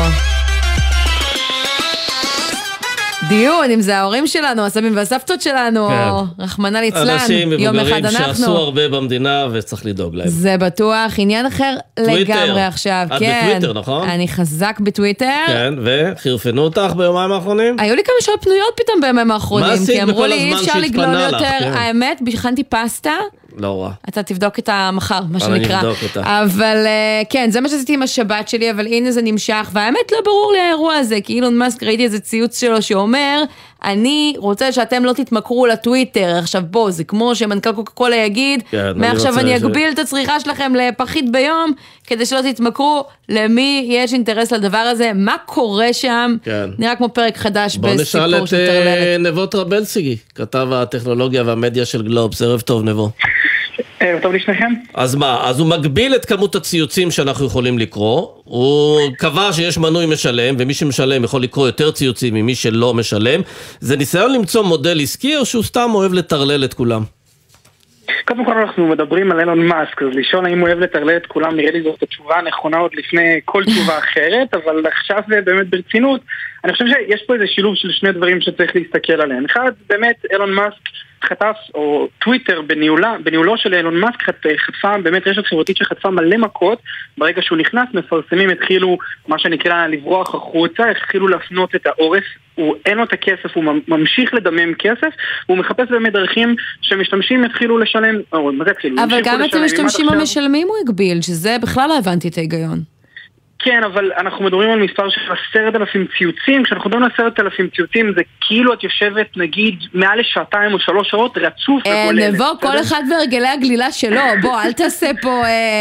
דיון, אם זה ההורים שלנו, הסבים והסבתות שלנו, רחמנא ליצלן, אנשים מבוגרים שעשו הרבה במדינה וצריך לדאוג להם. זה בטוח, עניין אחר לגמרי עכשיו. את בטוויטר, נכון? אני חזק בטוויטר. כן, וחרפנו אותך ביומיים האחרונים? היו לי כמה שעות פנויות פתאום ביומיים האחרונים, כי אמרו לי אי אפשר לגלול יותר. האמת, הכנתי פסטה. לא רע. אתה תבדוק את המחר, מה שנקרא. אבל כן, זה מה שעשיתי עם השבת שלי, אבל הנה זה נמשך, והאמת לא ברור לי האירוע הזה, כי אילון מאסק ראיתי איזה ציוץ שלו שאומר, אני רוצה שאתם לא תתמכרו לטוויטר. עכשיו בוא, זה כמו שמנכ"ל קוקה קולה יגיד, מעכשיו אני אגביל את הצריכה שלכם לפחית ביום, כדי שלא תתמכרו. למי יש אינטרס לדבר הזה? מה קורה שם? נראה כמו פרק חדש בסיפור של טרללת. בוא נשאל את נבו טרבלסיגי, כתב הטכנולוגיה והמדיה של גלובס. ערב טוב נבו. ערב טוב לשניכם. אז מה, אז הוא מגביל את כמות הציוצים שאנחנו יכולים לקרוא, הוא קבע שיש מנוי משלם, ומי שמשלם יכול לקרוא יותר ציוצים ממי שלא משלם. זה ניסיון למצוא מודל עסקי, או שהוא סתם אוהב לטרלל את כולם? קודם כל אנחנו מדברים על אילון מאסק, אז לשאול האם הוא אוהב לטרלל את כולם, נראה לי זאת התשובה הנכונה עוד לפני כל תשובה אחרת, אבל עכשיו באמת ברצינות, אני חושב שיש פה איזה שילוב של שני דברים שצריך להסתכל עליהם. אחד, באמת אילון מאסק חטף, או טוויטר בניהולה, בניהולו של אילון מאסק חטפה, באמת רשת חברתית שחטפה מלא מכות, ברגע שהוא נכנס, מפרסמים התחילו, מה שנקרא, לברוח החוצה, התחילו להפנות את העורף, הוא אין לו את הכסף, הוא ממשיך לדמם כסף, הוא מחפש באמת דרכים שמשתמשים התחילו לשלם, או מה זה התחילו? אבל גם את המשתמשים המשלמים הוא הגביל, שזה בכלל לא הבנתי את ההיגיון. כן, אבל אנחנו מדברים על מספר של עשרת אלפים ציוצים, כשאנחנו מדברים על עשרת אלפים ציוצים, זה כאילו את יושבת, נגיד, מעל לשעתיים או שלוש שעות רצוף וגוללת. נבוא, כל אחד והרגלי הגלילה שלו, בוא, אל תעשה פה...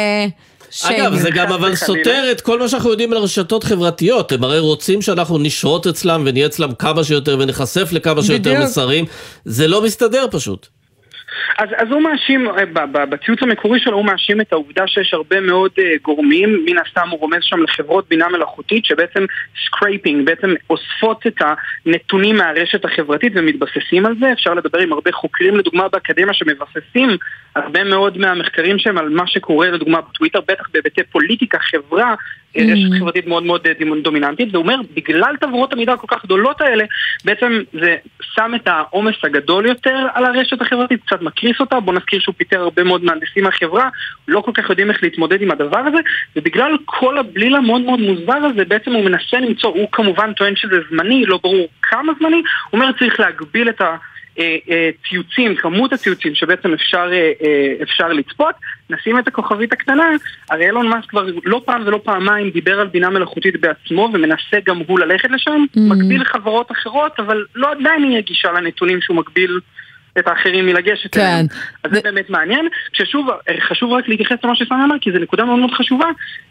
אגב, זה גם אבל סותר את כל מה שאנחנו יודעים על רשתות חברתיות. הם הרי רוצים שאנחנו נשרות אצלם ונהיה אצלם כמה שיותר ונחשף לכמה שיותר מסרים. זה לא מסתדר פשוט. אז, אז הוא מאשים, בציוץ המקורי שלו הוא מאשים את העובדה שיש הרבה מאוד uh, גורמים, מן הסתם הוא רומז שם לחברות בינה מלאכותית שבעצם סקרייפינג, בעצם אוספות את הנתונים מהרשת החברתית ומתבססים על זה. אפשר לדבר עם הרבה חוקרים לדוגמה באקדמיה שמבססים הרבה מאוד מהמחקרים שהם על מה שקורה לדוגמה בטוויטר, בטח בהיבטי פוליטיקה, חברה, רשת חברתית מאוד מאוד דומיננטית, והוא אומר, בגלל תבורות המידע כל כך גדולות האלה, בעצם זה שם את העומס הגדול יותר על הרשת החברתית, קצת מקריס אותה. בוא נזכיר שהוא פיטר הרבה מאוד מהנדסים מהחברה, לא כל כך יודעים איך להתמודד עם הדבר הזה, ובגלל כל הבליל המאוד מאוד מוזר הזה, בעצם הוא מנסה למצוא, הוא כמובן טוען שזה זמני, לא ברור כמה זמני, הוא אומר צריך להגביל את ה... ציוצים, כמות הציוצים שבעצם אפשר, אפשר לצפות. נשים את הכוכבית הקטנה, הרי אילון מאסק כבר לא פעם ולא פעמיים דיבר על בינה מלאכותית בעצמו ומנסה גם הוא ללכת לשם, mm. מגביל חברות אחרות, אבל לא עדיין יהיה גישה לנתונים שהוא מגביל את האחרים מלגשת כן. אליהם. אז זה באמת מעניין. ששוב, חשוב רק להתייחס למה שסמי אמר, כי זו נקודה מאוד מאוד חשובה.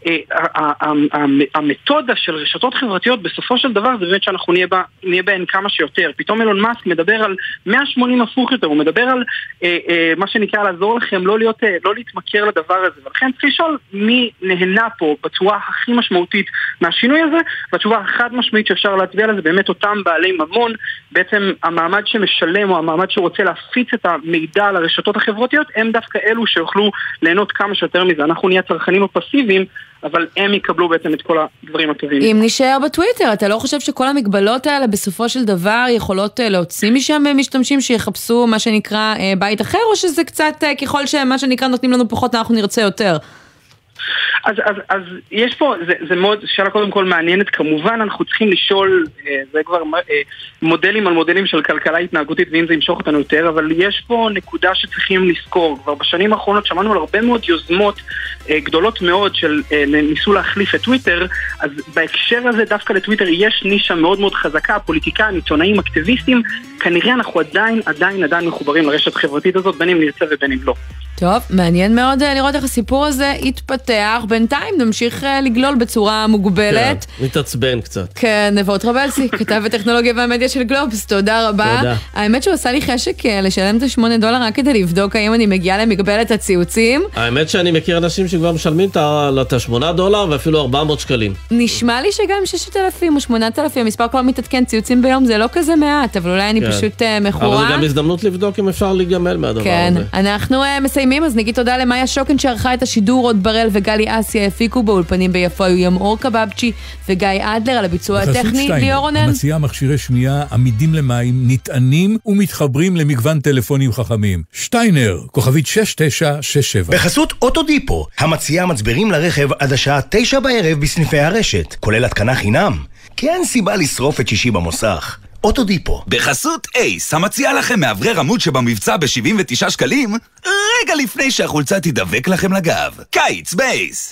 המתודה של רשתות חברתיות בסופו של דבר זה באמת שאנחנו נהיה בהן כמה שיותר. פתאום אילון מאסק מדבר על מאה ושמונים הפוך יותר, הוא מדבר על מה שנקרא לעזור לכם לא להיות, לא להתמכר לדבר הזה. ולכן צריך לשאול מי נהנה פה בצורה הכי משמעותית מהשינוי הזה, והתשובה החד משמעית שאפשר להצביע על זה באמת אותם בעלי ממון, בעצם המעמד שמשלם או המעמד שרוצה להפיץ את המידע על הרשתות החברתיות, הם דווקא אלו שיוכלו ליהנות כמה שיותר מזה. אנחנו נהיה צרכנים הפסיביים, אבל הם יקבלו בעצם את כל הדברים הטובים. אם נשאר בטוויטר, אתה לא חושב שכל המגבלות האלה בסופו של דבר יכולות להוציא משם משתמשים שיחפשו מה שנקרא בית אחר, או שזה קצת ככל שמה שנקרא נותנים לנו פחות, אנחנו נרצה יותר? אז, אז, אז יש פה, זה, זה מאוד, שאלה קודם כל מעניינת, כמובן אנחנו צריכים לשאול, זה כבר מודלים על מודלים של כלכלה התנהגותית, ואם זה ימשוך אותנו יותר, אבל יש פה נקודה שצריכים לזכור. כבר בשנים האחרונות שמענו על הרבה מאוד יוזמות גדולות מאוד של ניסו להחליף את טוויטר, אז בהקשר הזה דווקא לטוויטר יש נישה מאוד מאוד חזקה, פוליטיקאים, עיתונאים, אקטיביסטים, כנראה אנחנו עדיין, עדיין, עדיין מחוברים לרשת חברתית הזאת, בין אם נרצה ובין אם לא. טוב, מעניין מאוד לראות איך הסיפור הזה יתפתח. בינתיים נמשיך לגלול בצורה מוגבלת. כן, מתעצבן קצת. כן, נבות רבלסי, כתב הטכנולוגיה והמדיה של גלובס, תודה רבה. תודה. האמת שהוא עשה לי חשק לשלם את השמונה דולר רק כדי לבדוק האם אני מגיעה למגבלת הציוצים. האמת שאני מכיר אנשים שכבר משלמים את השמונה דולר ואפילו ארבע מאות שקלים. נשמע לי שגם ששת אלפים או שמונת אלפים, המספר כבר מתעדכן ציוצים ביום, זה לא כזה מעט, אבל אולי אני כן. פשוט מחורה. אבל זה גם הזדמנות לבדוק אם אפשר להיגמל מהדבר כן. הזה. אנחנו מסיימים, אז נגיד תודה למאיה שוקן שערכה את השידור, עוד בראל וגלי אסיה הפיקו באולפנים ביפו, ים אור קבבצ'י וגיא אדלר על הביצוע הטכני, ליאור רונן. המציעה מכשירי שמיעה עמידים למים, נטענים ומתחברים למגוון טלפונים חכמים. שטיינר, כוכבית שש תשע שש שבע. בחסות אוטודיפו, המציעה מצברים לרכב עד השעה תשע בערב בסניפי הרשת, כולל התקנה חינם. כי אין סיבה לשרוף את שישי במוסך. אוטודיפו. בחסות אייס, המציעה לכם מאוורר עמוד שבמבצע ב-שבעים ותשעה שקלים, רגע לפני שהחולצה תדבק לכם לגב. קיץ בייס.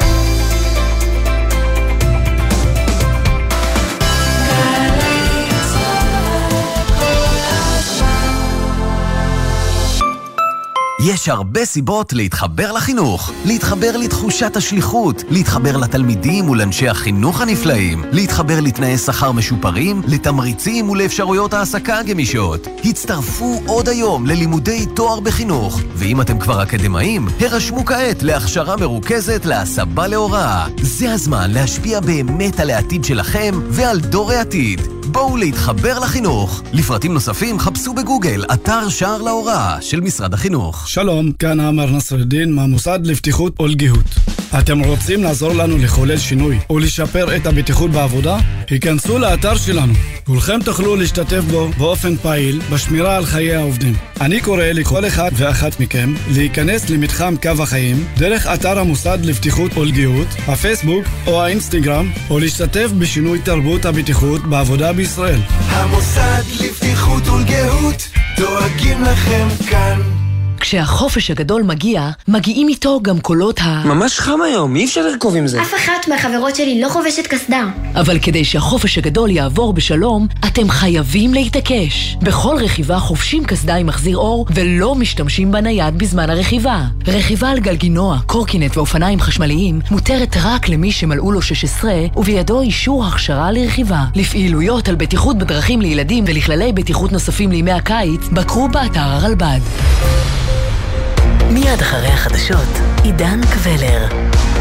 יש הרבה סיבות להתחבר לחינוך, להתחבר לתחושת השליחות, להתחבר לתלמידים ולאנשי החינוך הנפלאים, להתחבר לתנאי שכר משופרים, לתמריצים ולאפשרויות העסקה גמישות. הצטרפו עוד היום ללימודי תואר בחינוך, ואם אתם כבר אקדמאים, הרשמו כעת להכשרה מרוכזת להסבה להוראה. זה הזמן להשפיע באמת על העתיד שלכם ועל דור העתיד. בואו להתחבר לחינוך. לפרטים נוספים חפשו בגוגל אתר שער להוראה של משרד החינוך. שלום, כאן עמר נסרדין מהמוסד לבטיחות ולגהות. אתם רוצים לעזור לנו לחולל שינוי ולשפר את הבטיחות בעבודה? היכנסו לאתר שלנו. כולכם תוכלו להשתתף בו באופן פעיל בשמירה על חיי העובדים. אני קורא לכל אחד ואחת מכם להיכנס למתחם קו החיים דרך אתר המוסד לבטיחות ולגהות, הפייסבוק או האינסטגרם, או להשתתף בשינוי תרבות הבטיחות בעבודה בישראל. המוסד לבטיחות ולגהות דואגים לכם כאן. כשהחופש הגדול מגיע, מגיעים איתו גם קולות ה... ממש חם היום, אי אפשר לרכוב עם זה. אף אחת מהחברות שלי לא חובשת קסדה. אבל כדי שהחופש הגדול יעבור בשלום, אתם חייבים להתעקש. בכל רכיבה חובשים קסדה עם מחזיר אור, ולא משתמשים בנייד בזמן הרכיבה. רכיבה על גלגינוע, קורקינט ואופניים חשמליים מותרת רק למי שמלאו לו שש עשרה, ובידו אישור הכשרה לרכיבה. לפעילויות על בטיחות בדרכים לילדים ולכללי בטיחות נוספים לימי הקיץ, בקרו באתר הרלב"ד. מיד אחרי החדשות, עידן קבלר.